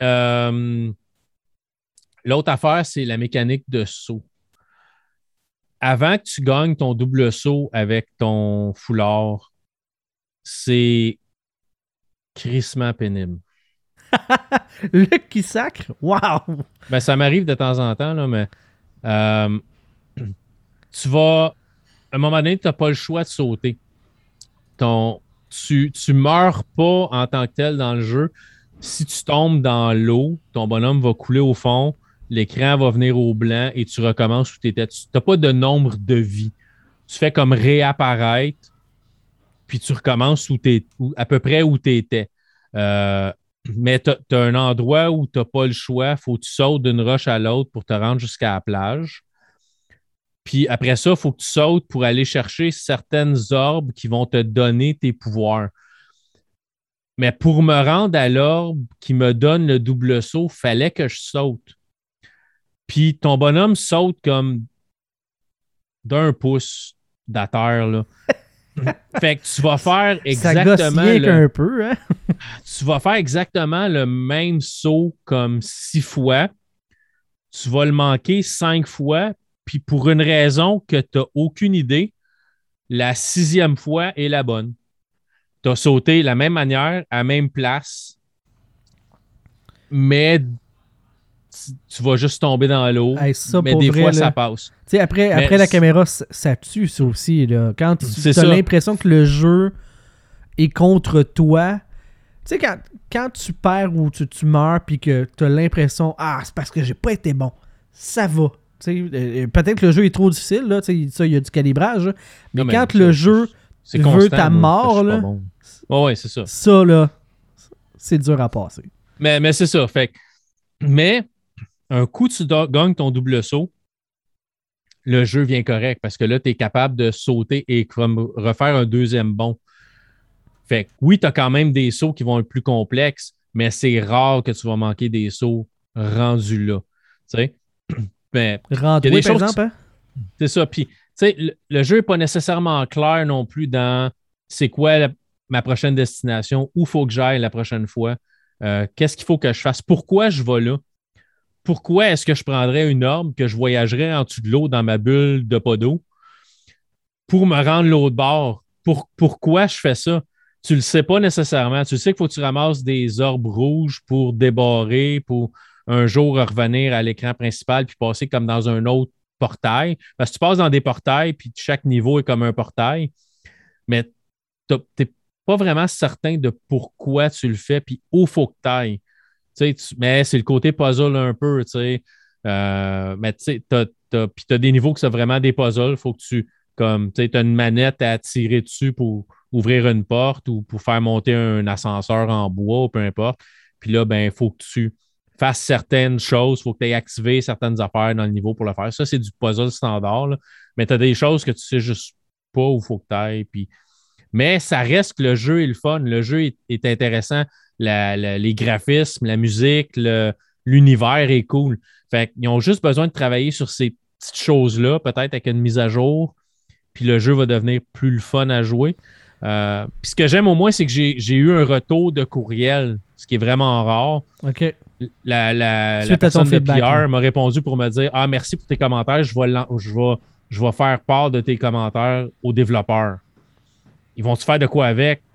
l'autre affaire, c'est la mécanique de saut. Avant que tu gagnes ton double saut avec ton foulard, c'est crissement pénible. Luc qui sacre? Wow! Ben, ça m'arrive de temps en temps, là, mais tu vas... À un moment donné, tu n'as pas le choix de sauter. Tu meurs pas en tant que tel dans le jeu. Si tu tombes dans l'eau, ton bonhomme va couler au fond, l'écran va venir au blanc et tu recommences où tu étais. Tu n'as pas de nombre de vies. Tu fais comme réapparaître, puis tu recommences à peu près où tu étais. Mais tu as un endroit où tu n'as pas le choix. Il faut que tu sautes d'une roche à l'autre pour te rendre jusqu'à la plage. Puis après ça, il faut que tu sautes pour aller chercher certaines orbes qui vont te donner tes pouvoirs. Mais pour me rendre à l'orbe qui me donne le double saut, il fallait que je saute. Puis ton bonhomme saute comme d'1 pouce de la terre, là. Fait que tu vas faire exactement... Ça gosse rien qu'un peu, hein? Tu vas faire exactement le même saut comme 6 fois. Tu vas le manquer 5 fois. Puis pour une raison que tu n'as aucune idée, la 6e fois est la bonne. Tu as sauté de la même manière, à la même place, mais tu vas juste tomber dans l'eau. Hey, ça, mais des vrai, fois, là, ça passe. Après la caméra, ça tue ça aussi. Là. Quand tu as l'impression que le jeu est contre toi, tu sais, quand tu perds ou tu meurs puis que tu as l'impression « Ah, c'est parce que j'ai pas été bon. » Ça va. Peut-être que le jeu est trop difficile, là, ça, il y a du calibrage. Mais quand le jeu veut ta mort, là, bon. Ouais, c'est ça. Ça, là, c'est dur à passer. Mais c'est ça. Mais un coup, tu gagnes ton double saut, le jeu vient correct parce que là, tu es capable de sauter et refaire un deuxième bond. Fait que oui, tu as quand même des sauts qui vont être plus complexes, mais c'est rare que tu vas manquer des sauts rendus là. Tu sais? Mais rendu, par exemple, hein? C'est ça. Puis, tu sais, le jeu n'est pas nécessairement clair non plus dans c'est quoi ma prochaine destination, où il faut que j'aille la prochaine fois, qu'est-ce qu'il faut que je fasse, pourquoi je vais là, pourquoi est-ce que je prendrais une orbe que je voyagerais en dessous de l'eau dans ma bulle de pas d'eau pour me rendre l'autre bord. Pourquoi je fais ça? Tu le sais pas nécessairement. Tu sais qu'il faut que tu ramasses des orbes rouges pour débarrer, pour un jour revenir à l'écran principal puis passer comme dans un autre portail. Parce que tu passes dans des portails puis chaque niveau est comme un portail, mais tu n'es pas vraiment certain de pourquoi tu le fais puis où il faut que tu ailles. Mais c'est le côté puzzle un peu. Mais tu sais, tu as des niveaux que c'est vraiment des puzzles. Il faut que tu as une manette à tirer dessus pour ouvrir une porte ou pour faire monter un ascenseur en bois ou peu importe. Puis là, il faut que tu fasses certaines choses. Il faut que tu aies activé certaines affaires dans le niveau pour le faire. Ça, c'est du puzzle standard. Là. Mais tu as des choses que tu sais juste pas où il faut que tu ailles. Mais ça reste que le jeu est le fun. Le jeu est intéressant. Les graphismes, la musique, l'univers est cool. Fait qu'ils ont juste besoin de travailler sur ces petites choses-là, peut-être avec une mise à jour, puis le jeu va devenir plus le fun à jouer. Puis ce que j'aime au moins, c'est que j'ai eu un retour de courriel, ce qui est vraiment rare. OK. La personne de PR m'a répondu pour me dire « Ah, merci pour tes commentaires, je vais faire part de tes commentaires aux développeurs. » Ils vont-tu faire de quoi avec?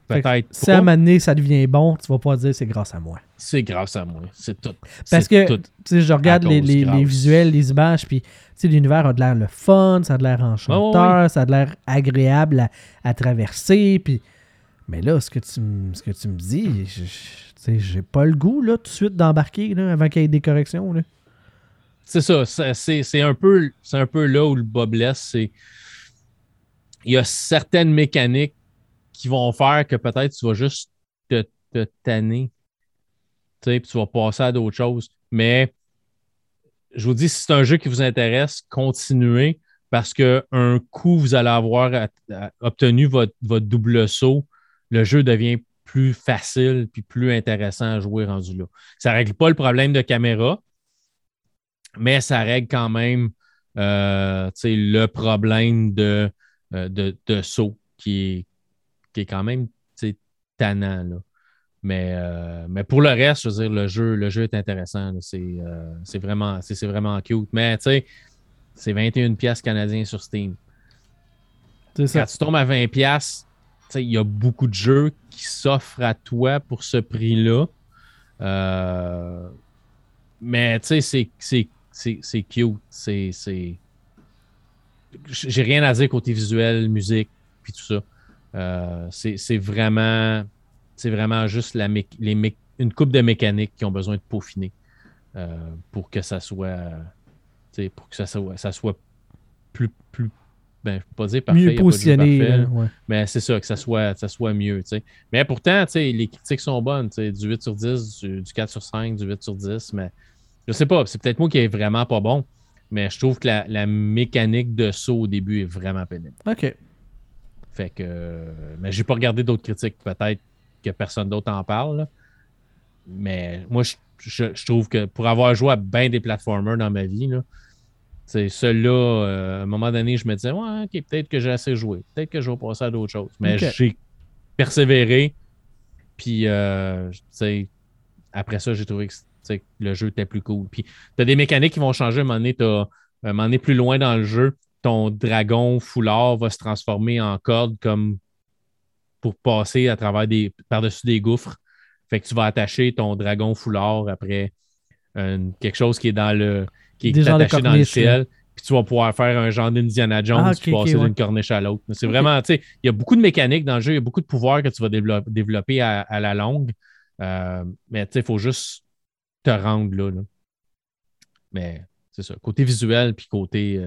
peut-être si à un moment donné, ça devient bon, tu vas pas dire c'est grâce à moi. C'est grâce à moi. C'est tout. Parce que, tu sais, je regarde les visuels, les images, puis, tu sais, l'univers a de l'air le fun, ça a de l'air enchanteur, ça a de l'air agréable à traverser, puis... Mais là, ce que tu me dis, tu sais, j'ai pas le goût, là, tout de suite d'embarquer, là, avant qu'il y ait des corrections, là. C'est ça. C'est un peu là où le bas blesse. Il y a certaines mécaniques qui vont faire que peut-être tu vas juste te tanner. Puis tu vas passer à d'autres choses. Mais je vous dis, si c'est un jeu qui vous intéresse, continuez parce qu'un coup, vous allez avoir obtenu votre double saut, le jeu devient plus facile puis plus intéressant à jouer rendu là. Ça ne règle pas le problème de caméra, mais ça règle quand même le problème de saut qui est quand même tannant. Là. Mais pour le reste, je veux dire, le jeu est intéressant. C'est vraiment cute. Mais tu sais, c'est 21$ canadiens sur Steam. C'est ça. Quand tu tombes à 20$, il y a beaucoup de jeux qui s'offrent à toi pour ce prix-là. Mais tu sais, c'est cute. J'ai rien à dire côté visuel, musique, puis tout ça. C'est vraiment juste une couple de mécaniques qui ont besoin de peaufiner pour que ça soit plus ben, je peux pas dire parfait, mieux positionné, parfait, ouais. mais c'est ça, que ça soit mieux. T'sais. Mais pourtant, les critiques sont bonnes. Du 8 sur 10, du 4 sur 5, du 8 sur 10, mais je sais pas, c'est peut-être moi qui est vraiment pas bon, mais je trouve que la mécanique de saut au début est vraiment pénible. OK. Fait que... mais j'ai pas regardé d'autres critiques, peut-être que personne d'autre en parle, là. Mais moi, je trouve que pour avoir joué à bien des platformers dans ma vie, là, ceux-là, à un moment donné, je me disais, ouais, OK, peut-être que j'ai assez joué. Peut-être que je vais passer à d'autres choses. Mais j'ai persévéré. Puis, après ça, j'ai trouvé que le jeu était plus cool. Puis, tu as des mécaniques qui vont changer. À un moment donné, plus loin dans le jeu, ton dragon foulard va se transformer en corde comme pour passer à travers par-dessus des gouffres. Fait que tu vas attacher ton dragon foulard après quelque chose qui est attaché dans le ciel. Puis tu vas pouvoir faire un genre d'Indiana Jones puis passer d'une corniche à l'autre. C'est vraiment, tu sais, il y a beaucoup de mécaniques dans le jeu, il y a beaucoup de pouvoirs que tu vas développer à la longue. Mais tu sais, il faut juste te rendre là. Mais c'est ça. Côté visuel puis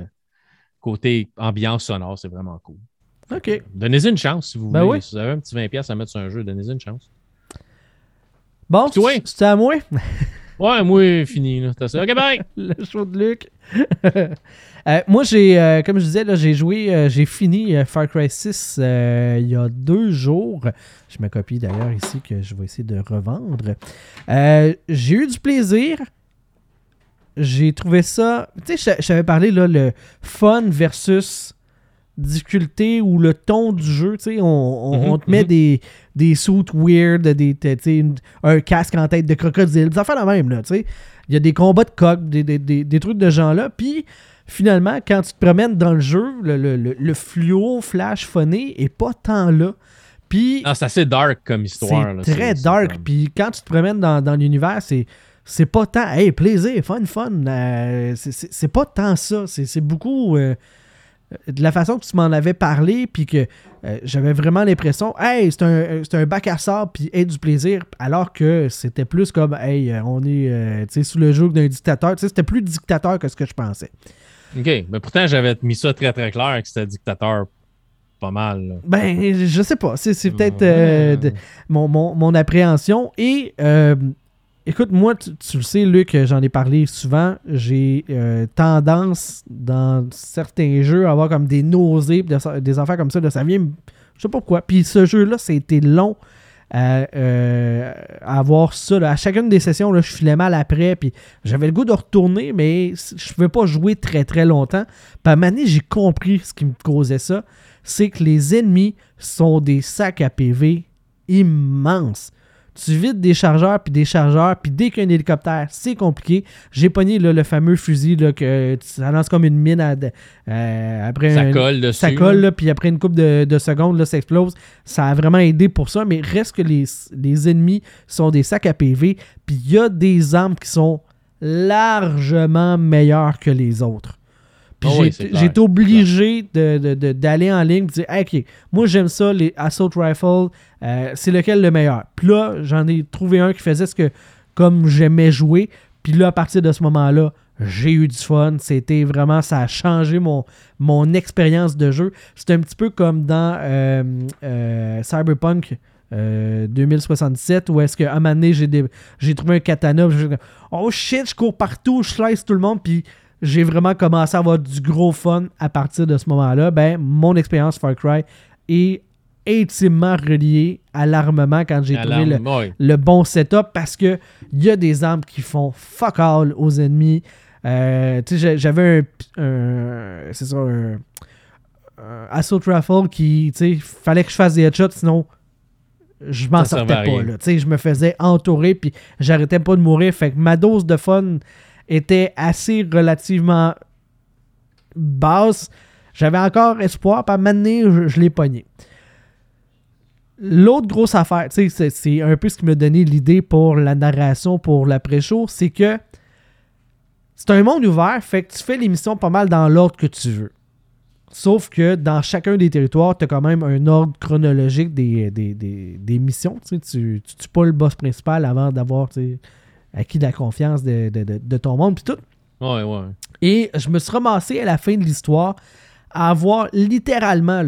côté ambiance sonore, c'est vraiment cool. OK. Donnez-y une chance si vous voulez. Oui. Si vous avez un petit 20$ à mettre sur un jeu, donnez-y une chance. Bon, c'était à moi? Ouais, moi, fini. Là. OK, bye! Le show de Luc. Moi, comme je disais, là, j'ai fini Far Cry 6 il y a 2 jours. Je me copie d'ailleurs ici que je vais essayer de revendre. J'ai eu du plaisir. J'ai trouvé ça... Tu sais, je t'avais parlé, là, le fun versus difficulté ou le ton du jeu. Tu sais, on te met des suits weird, un casque en tête de crocodile. Ça fait la même, là, tu sais. Il y a des combats de coq, des trucs de genre-là. Puis, finalement, quand tu te promènes dans le jeu, le fluo flash phoné est pas tant là. Puis... c'est assez dark comme histoire. C'est très dark. Puis, quand tu te promènes dans l'univers, c'est pas tant... Hey, plaisir, fun. C'est pas tant ça. C'est beaucoup... de la façon que tu m'en avais parlé, puis que j'avais vraiment l'impression, hey, c'est un bac à sable, puis hey, du plaisir, alors que c'était plus comme, hey, on est sous le joug d'un dictateur. Tu sais, c'était plus dictateur que ce que je pensais. OK, mais pourtant, j'avais mis ça très, très clair que c'était dictateur pas mal. Là. Ben, je sais pas. C'est peut-être mon appréhension. Et écoute, moi, tu le sais, Luc, j'en ai parlé souvent. J'ai tendance, dans certains jeux, à avoir comme des nausées, des affaires comme ça. Là, ça vient, je sais pas pourquoi. Puis ce jeu-là, ça a été long à avoir ça. Là. À chacune des sessions, là, je filais mal après. Puis j'avais le goût de retourner, mais je ne pouvais pas jouer très, très longtemps. Puis à un moment donné, j'ai compris ce qui me causait ça. C'est que les ennemis sont des sacs à PV immenses. Tu vides des chargeurs, puis dès qu'il y a un hélicoptère, c'est compliqué. J'ai pogné là, le fameux fusil là, que ça lance comme une mine après ça colle dessus. Ça colle, là, puis après une couple de secondes, là, ça explose. Ça a vraiment aidé pour ça, mais reste que les ennemis sont des sacs à PV, puis il y a des armes qui sont largement meilleures que les autres. Puis j'ai été obligé d'aller en ligne et de dire hey, OK, moi j'aime ça, les Assault Rifle, c'est lequel le meilleur? Puis là, j'en ai trouvé un qui faisait ce que comme j'aimais jouer. Puis là, à partir de ce moment-là, j'ai eu du fun. C'était vraiment, ça a changé mon expérience de jeu. C'est un petit peu comme dans Cyberpunk 2077 où est-ce qu'à un moment donné, j'ai trouvé un katana. Oh shit, je cours partout, je slice tout le monde. Puis j'ai vraiment commencé à avoir du gros fun à partir de ce moment-là. Ben, mon expérience Far Cry est intimement reliée à l'armement quand j'ai trouvé le bon setup parce que il y a des armes qui font fuck all aux ennemis. J'avais un Assault Rifle qui, fallait que je fasse des headshots, sinon je m'en sortais pas. Là. Je me faisais entourer puis j'arrêtais pas de mourir. Fait que ma dose de fun était assez relativement basse. J'avais encore espoir, puis à un moment donné, je l'ai pogné. L'autre grosse affaire, c'est un peu ce qui m'a donné l'idée pour la narration, pour l'après-show, c'est que c'est un monde ouvert, fait que tu fais les missions pas mal dans l'ordre que tu veux. Sauf que dans chacun des territoires, tu as quand même un ordre chronologique des missions. Tu tues pas le boss principal avant d'avoir acquis la confiance de ton monde, puis tout. Ouais. Et je me suis ramassé à la fin de l'histoire à avoir littéralement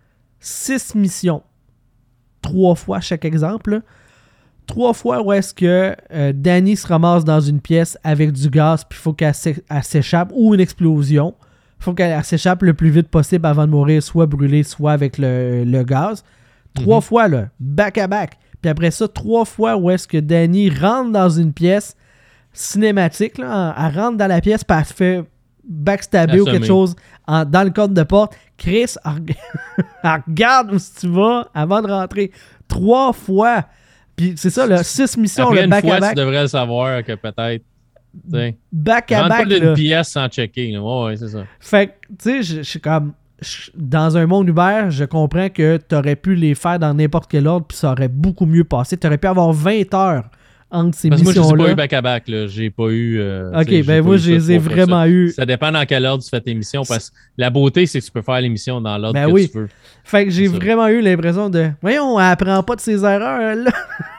6 missions. 3 fois chaque exemple. Là. 3 fois où est-ce que Dani se ramasse dans une pièce avec du gaz, puis il faut qu'elle s'échappe, ou une explosion. Il faut qu'elle s'échappe le plus vite possible avant de mourir, soit brûlée, soit avec le gaz. 3 fois, là, back à back. Puis après ça, 3 fois où est-ce que Dani rentre dans une pièce cinématique, là, elle rentre dans la pièce, puis elle se fait backstabber ou quelque chose dans le code de porte. Chris, elle regarde où tu vas avant de rentrer. 3 fois. Puis c'est ça, là, 6 missions, après le back-à-back. Tu devrais le savoir que peut-être... Back-à-back, rentre pas d'une pièce sans checker. Ouais, c'est ça. Fait que, tu sais, je suis comme... Dans un monde ouvert, je comprends que tu aurais pu les faire dans n'importe quel ordre puis ça aurait beaucoup mieux passé. Tu aurais pu avoir 20 heures entre ces missions-là. Moi, je n'ai pas eu back-à-back. Là. J'ai pas eu... OK, ben moi, je les ai vraiment eu. Ça dépend dans quel ordre tu fais tes missions parce que la beauté, c'est que tu peux faire l'émission dans l'ordre que tu veux. Fait que j'ai vraiment eu l'impression de... Voyons, elle apprend pas de ses erreurs, là.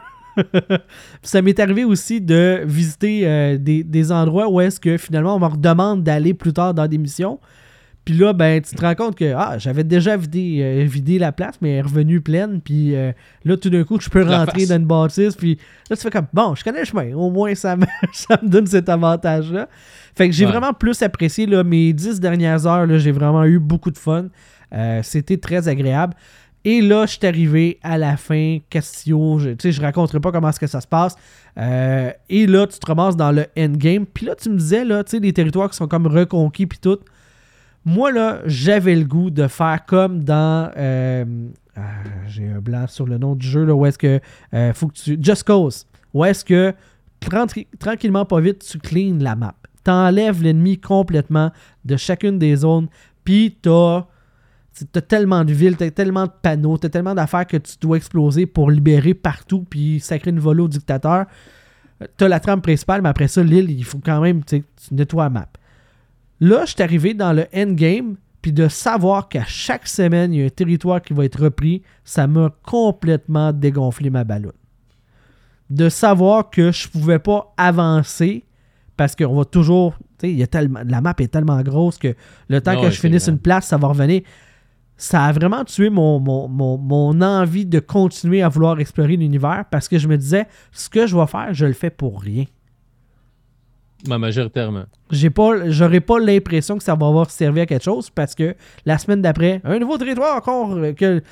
Ça m'est arrivé aussi de visiter des endroits où est-ce que finalement on me redemande d'aller plus tard dans des missions. Puis là, ben, tu te rends compte que j'avais déjà vidé la place, mais elle est revenue pleine. Puis là, tout d'un coup, je peux rentrer dans une bâtisse. Puis là, tu fais comme, bon, je connais le chemin. Au moins, ça me donne cet avantage-là. Fait que j'ai vraiment plus apprécié là, mes 10 dernières heures. Là, j'ai vraiment eu beaucoup de fun. C'était très agréable. Et là, je suis arrivé à la fin, Castillo. Je raconterai pas comment est-ce que ça se passe. Et là, tu te ramasses dans le endgame. Puis là, tu me disais, là, les territoires qui sont comme reconquis puis tout. Moi, là, j'avais le goût de faire comme dans... j'ai un blanc sur le nom du jeu, là, où est-ce que... faut que tu... Just Cause. Où est-ce que, tranquillement, pas vite, tu cleans la map. T'enlèves l'ennemi complètement de chacune des zones. Puis t'as tellement de villes, t'as tellement de panneaux, t'as tellement d'affaires que tu dois exploser pour libérer partout puis sacrer une volée au dictateur. T'as la trame principale, mais après ça, l'île, il faut quand même... Tu nettoies la map. Là, je suis arrivé dans le endgame, puis de savoir qu'à chaque semaine, il y a un territoire qui va être repris, ça m'a complètement dégonflé ma balloune. De savoir que je pouvais pas avancer, parce qu'on va toujours... Tu sais, la map est tellement grosse que le temps que je finisse une place, ça va revenir. Ça a vraiment tué mon envie de continuer à vouloir explorer l'univers, parce que je me disais, ce que je vais faire, je le fais pour rien. Majoritairement. J'aurais pas l'impression que ça va avoir servi à quelque chose parce que la semaine d'après, un nouveau territoire encore que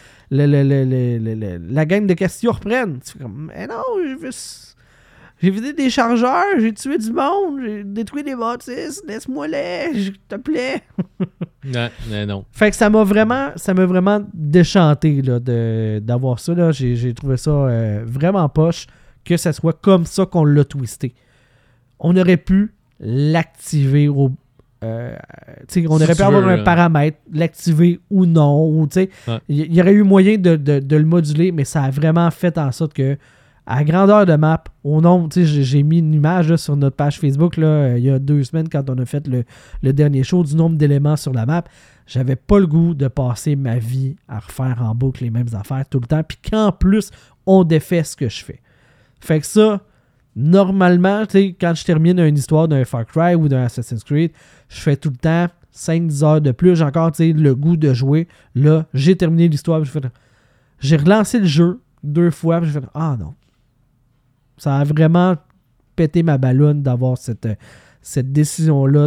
la gang de Castillo reprenne. Tu fais comme, mais non, j'ai vidé des chargeurs, j'ai tué du monde, j'ai détruit des bâtisses, laisse-moi-les, s'il te plaît. non. Fait que ça m'a vraiment déchanté là, d'avoir ça. Là. J'ai trouvé ça vraiment poche. que ça soit comme ça qu'on l'a twisté. On aurait pu l'activer on aurait pu avoir un paramètre, l'activer ou non. Ou, il y aurait eu moyen de le moduler, mais ça a vraiment fait en sorte que à grandeur de map, au nombre, j'ai mis une image là, sur notre page Facebook là, il y a 2 semaines quand on a fait le dernier show du nombre d'éléments sur la map. J'avais pas le goût de passer ma vie à refaire en boucle les mêmes affaires tout le temps, puis qu'en plus, on défait ce que je fais. Fait que ça, normalement, quand je termine une histoire d'un Far Cry ou d'un Assassin's Creed, je fais tout le temps 5-10 heures de plus. J'ai encore le goût de jouer. Là, j'ai terminé l'histoire. J'ai relancé le jeu 2 fois. J'ai fait « Ah non. » Ça a vraiment pété ma balloune d'avoir cette décision-là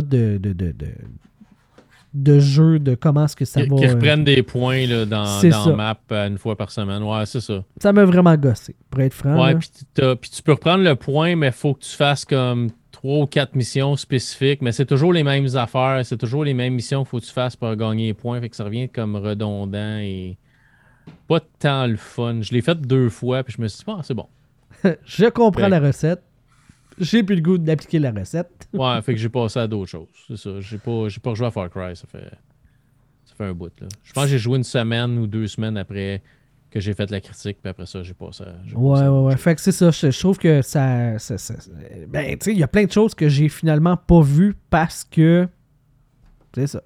de jeu, de comment est-ce que ça va... Qui reprennent des points là, dans map une fois par semaine. Ouais, c'est ça. Ça m'a vraiment gossé, pour être franc. Ouais, puis tu peux reprendre le point, mais il faut que tu fasses comme 3 ou 4 missions spécifiques. Mais c'est toujours les mêmes affaires, c'est toujours les mêmes missions qu'il faut que tu fasses pour gagner les points. Fait que ça revient comme redondant et pas tant le fun. Je l'ai fait 2 fois, puis je me suis dit, c'est bon. Je comprends la recette. J'ai plus le goût d'appliquer la recette. Ouais, fait que j'ai passé à d'autres choses. C'est ça. J'ai pas rejoué à Far Cry. Ça fait un bout. Là. Je pense que j'ai joué 1 semaine ou 2 semaines après que j'ai fait la critique. Puis après ça, j'ai passé à... Ouais. Fait que c'est ça. Je trouve que ça ben, tu sais, il y a plein de choses que j'ai finalement pas vues parce que... C'est ça.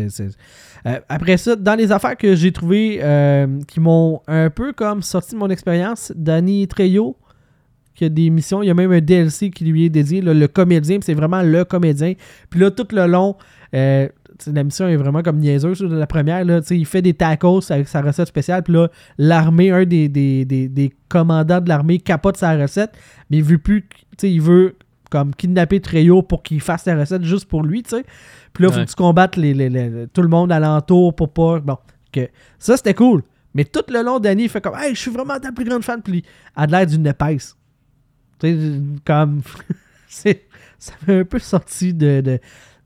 Après ça, dans les affaires que j'ai trouvées qui m'ont un peu comme sorti de mon expérience, Danny Trejo, qui a des missions, il y a même un DLC qui lui est dédié, là, le comédien, c'est vraiment le comédien. Puis là, tout le long, la mission est vraiment comme niaiseuse. La première, là, il fait des tacos avec sa recette spéciale, puis là, l'armée, un des commandants de l'armée capote sa recette, mais il veut comme kidnapper Trejo pour qu'il fasse la recette juste pour lui, tu sais. Puis là, il faut que tu combattes tout le monde alentour pour pas... Bon, ça, c'était cool. Mais tout le long, Danny, il fait comme « Hey, je suis vraiment ta plus grande fan. » Puis il a l'air d'une épaisse. Tu sais, comme... ça m'a un peu sorti de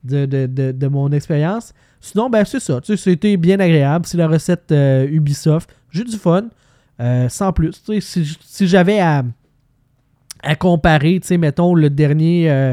mon expérience. Sinon, ben c'est ça. Tu sais, c'était bien agréable. C'est la recette Ubisoft. J'ai du fun. Sans plus. Tu sais, si j'avais à comparer, tu sais, mettons, le dernier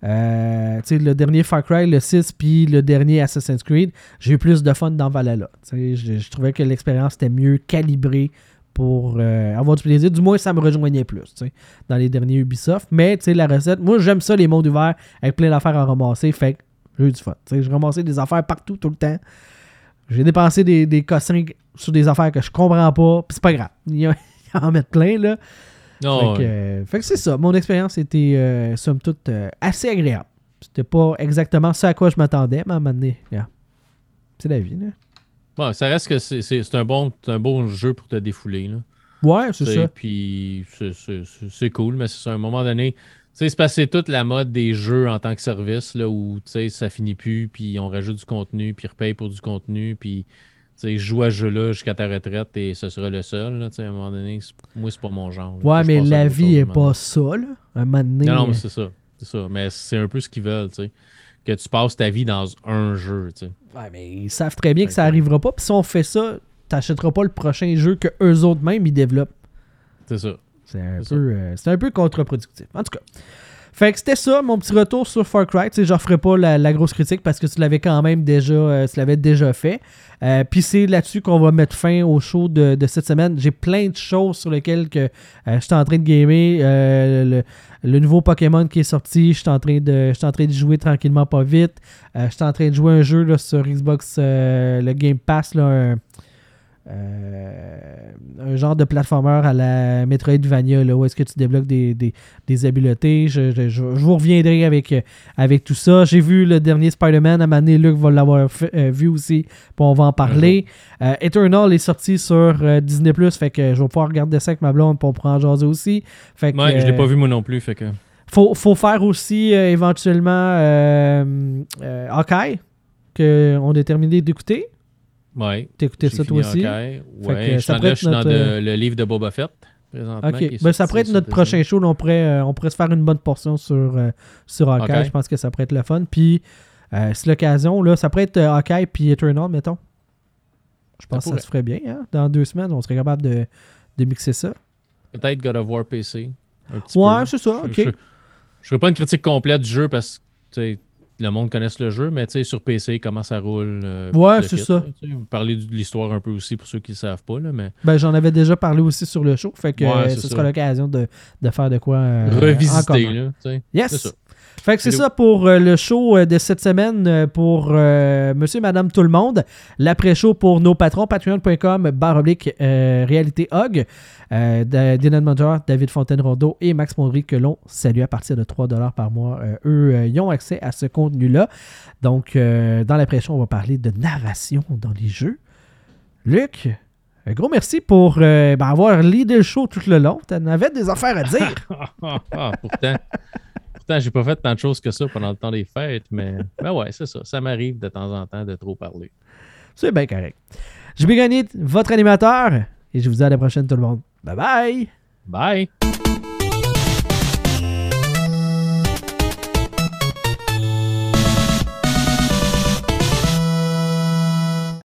Far Cry, le 6, puis le dernier Assassin's Creed, j'ai eu plus de fun dans Valhalla. Tu sais, je trouvais que l'expérience était mieux calibrée pour avoir du plaisir. Du moins, ça me rejoignait plus, tu sais, dans les derniers Ubisoft. Mais, tu sais, la recette, moi, j'aime ça, les mondes ouverts, avec plein d'affaires à ramasser, fait que j'ai eu du fun. Tu sais, j'ai ramassé des affaires partout, tout le temps. J'ai dépensé des cossins sur des affaires que je comprends pas, puis c'est pas grave. Il y en met plein, là. Fait que c'est ça. Mon expérience était, somme toute, assez agréable. C'était pas exactement ce à quoi je m'attendais, mais à un moment donné, c'est la vie, là. Bon, ça reste que c'est un bon jeu pour te défouler, là. Ouais, c'est ça. Puis c'est cool, mais c'est ça, à un moment donné, tu sais, c'est passé toute la mode des jeux en tant que service, là, où, tu sais, ça finit plus, puis on rajoute du contenu, puis repaye pour du contenu, puis... je joue à ce jeu-là jusqu'à ta retraite et ce sera le seul. Là, à un moment donné, moi, c'est pas mon genre. Là, ouais, mais la vie est pas ça. Là. À un moment donné, non, mais c'est ça. C'est ça. Mais c'est un peu ce qu'ils veulent. T'sais. Que tu passes ta vie dans un jeu. T'sais. Ouais, mais ils savent très bien que ça arrivera pas. Puis si on fait ça, t'achèteras pas le prochain jeu que eux autres même ils développent. C'est ça. C'est un peu contre-productif. En tout cas. Fait que c'était ça, mon petit retour sur Far Cry. Tu sais, je referai pas la grosse critique parce que tu l'avais quand même déjà, fait. Puis c'est là-dessus qu'on va mettre fin au show de cette semaine. J'ai plein de choses sur lesquelles que je suis en train de gamer. Le nouveau Pokémon qui est sorti, je suis en train d'y jouer tranquillement, pas vite. Je suis en train de jouer un jeu là, sur Xbox, le Game Pass, là, un genre de platformer à la Metroidvania là, où est-ce que tu débloques des habiletés. Je vous reviendrai avec tout ça. J'ai vu le dernier Spider-Man, à un moment donné, Luc va l'avoir vu aussi, puis on va en parler. Eternal est sorti sur Disney+, fait que je vais pouvoir regarder ça avec ma blonde, puis on pourra en jaser aussi. Fait que, je l'ai pas vu moi non plus, fait que... Faut faire aussi éventuellement Hawkeye, qu'on a terminé d'écouter. Ouais. T'as écouté ça toi aussi? Ouais. Je suis dans le livre de Boba Fett présentement. OK. Ben, ça pourrait être notre prochain show. Là, on pourrait se faire une bonne portion sur Hawkeye. Je pense que ça pourrait être le fun. Puis, si l'occasion, là, ça pourrait être Hawkeye puis Eternal, mettons. Je pense que ça se ferait bien. Hein? Dans 2 semaines, on serait capable de mixer ça. Peut-être God of War PC. un petit Ouais, peu. c'est ça, ok. Je ne ferai pas une critique complète du jeu parce que le monde connaisse le jeu, mais sur PC, comment ça roule. Ouais, c'est ça. Vous parlez de l'histoire un peu aussi pour ceux qui ne savent pas. Là, mais... Ben, j'en avais déjà parlé aussi sur le show, fait que ce sera l'occasion de faire de quoi revisiter, là. Yes! C'est ça. Fait que c'est ça pour le show de cette semaine pour monsieur et madame tout le monde. L'après-show pour nos patrons, patreon.com/réalité hog. Dylan Munger, David Fontaine-Rondeau et Max Mondry que l'on salue à partir de 3$ par mois. Eux, ils ont accès à ce contenu-là. Donc, dans l'après-show, on va parler de narration dans les jeux. Luc, un gros merci pour avoir leadé le show tout le long. Tu en avais des affaires à dire. Pourtant, j'ai pas fait tant de choses que ça pendant le temps des fêtes, mais ben ouais, c'est ça. Ça m'arrive de temps en temps de trop parler. C'est bien correct. Je vais gagner votre animateur et je vous dis à la prochaine tout le monde. Bye bye! Bye!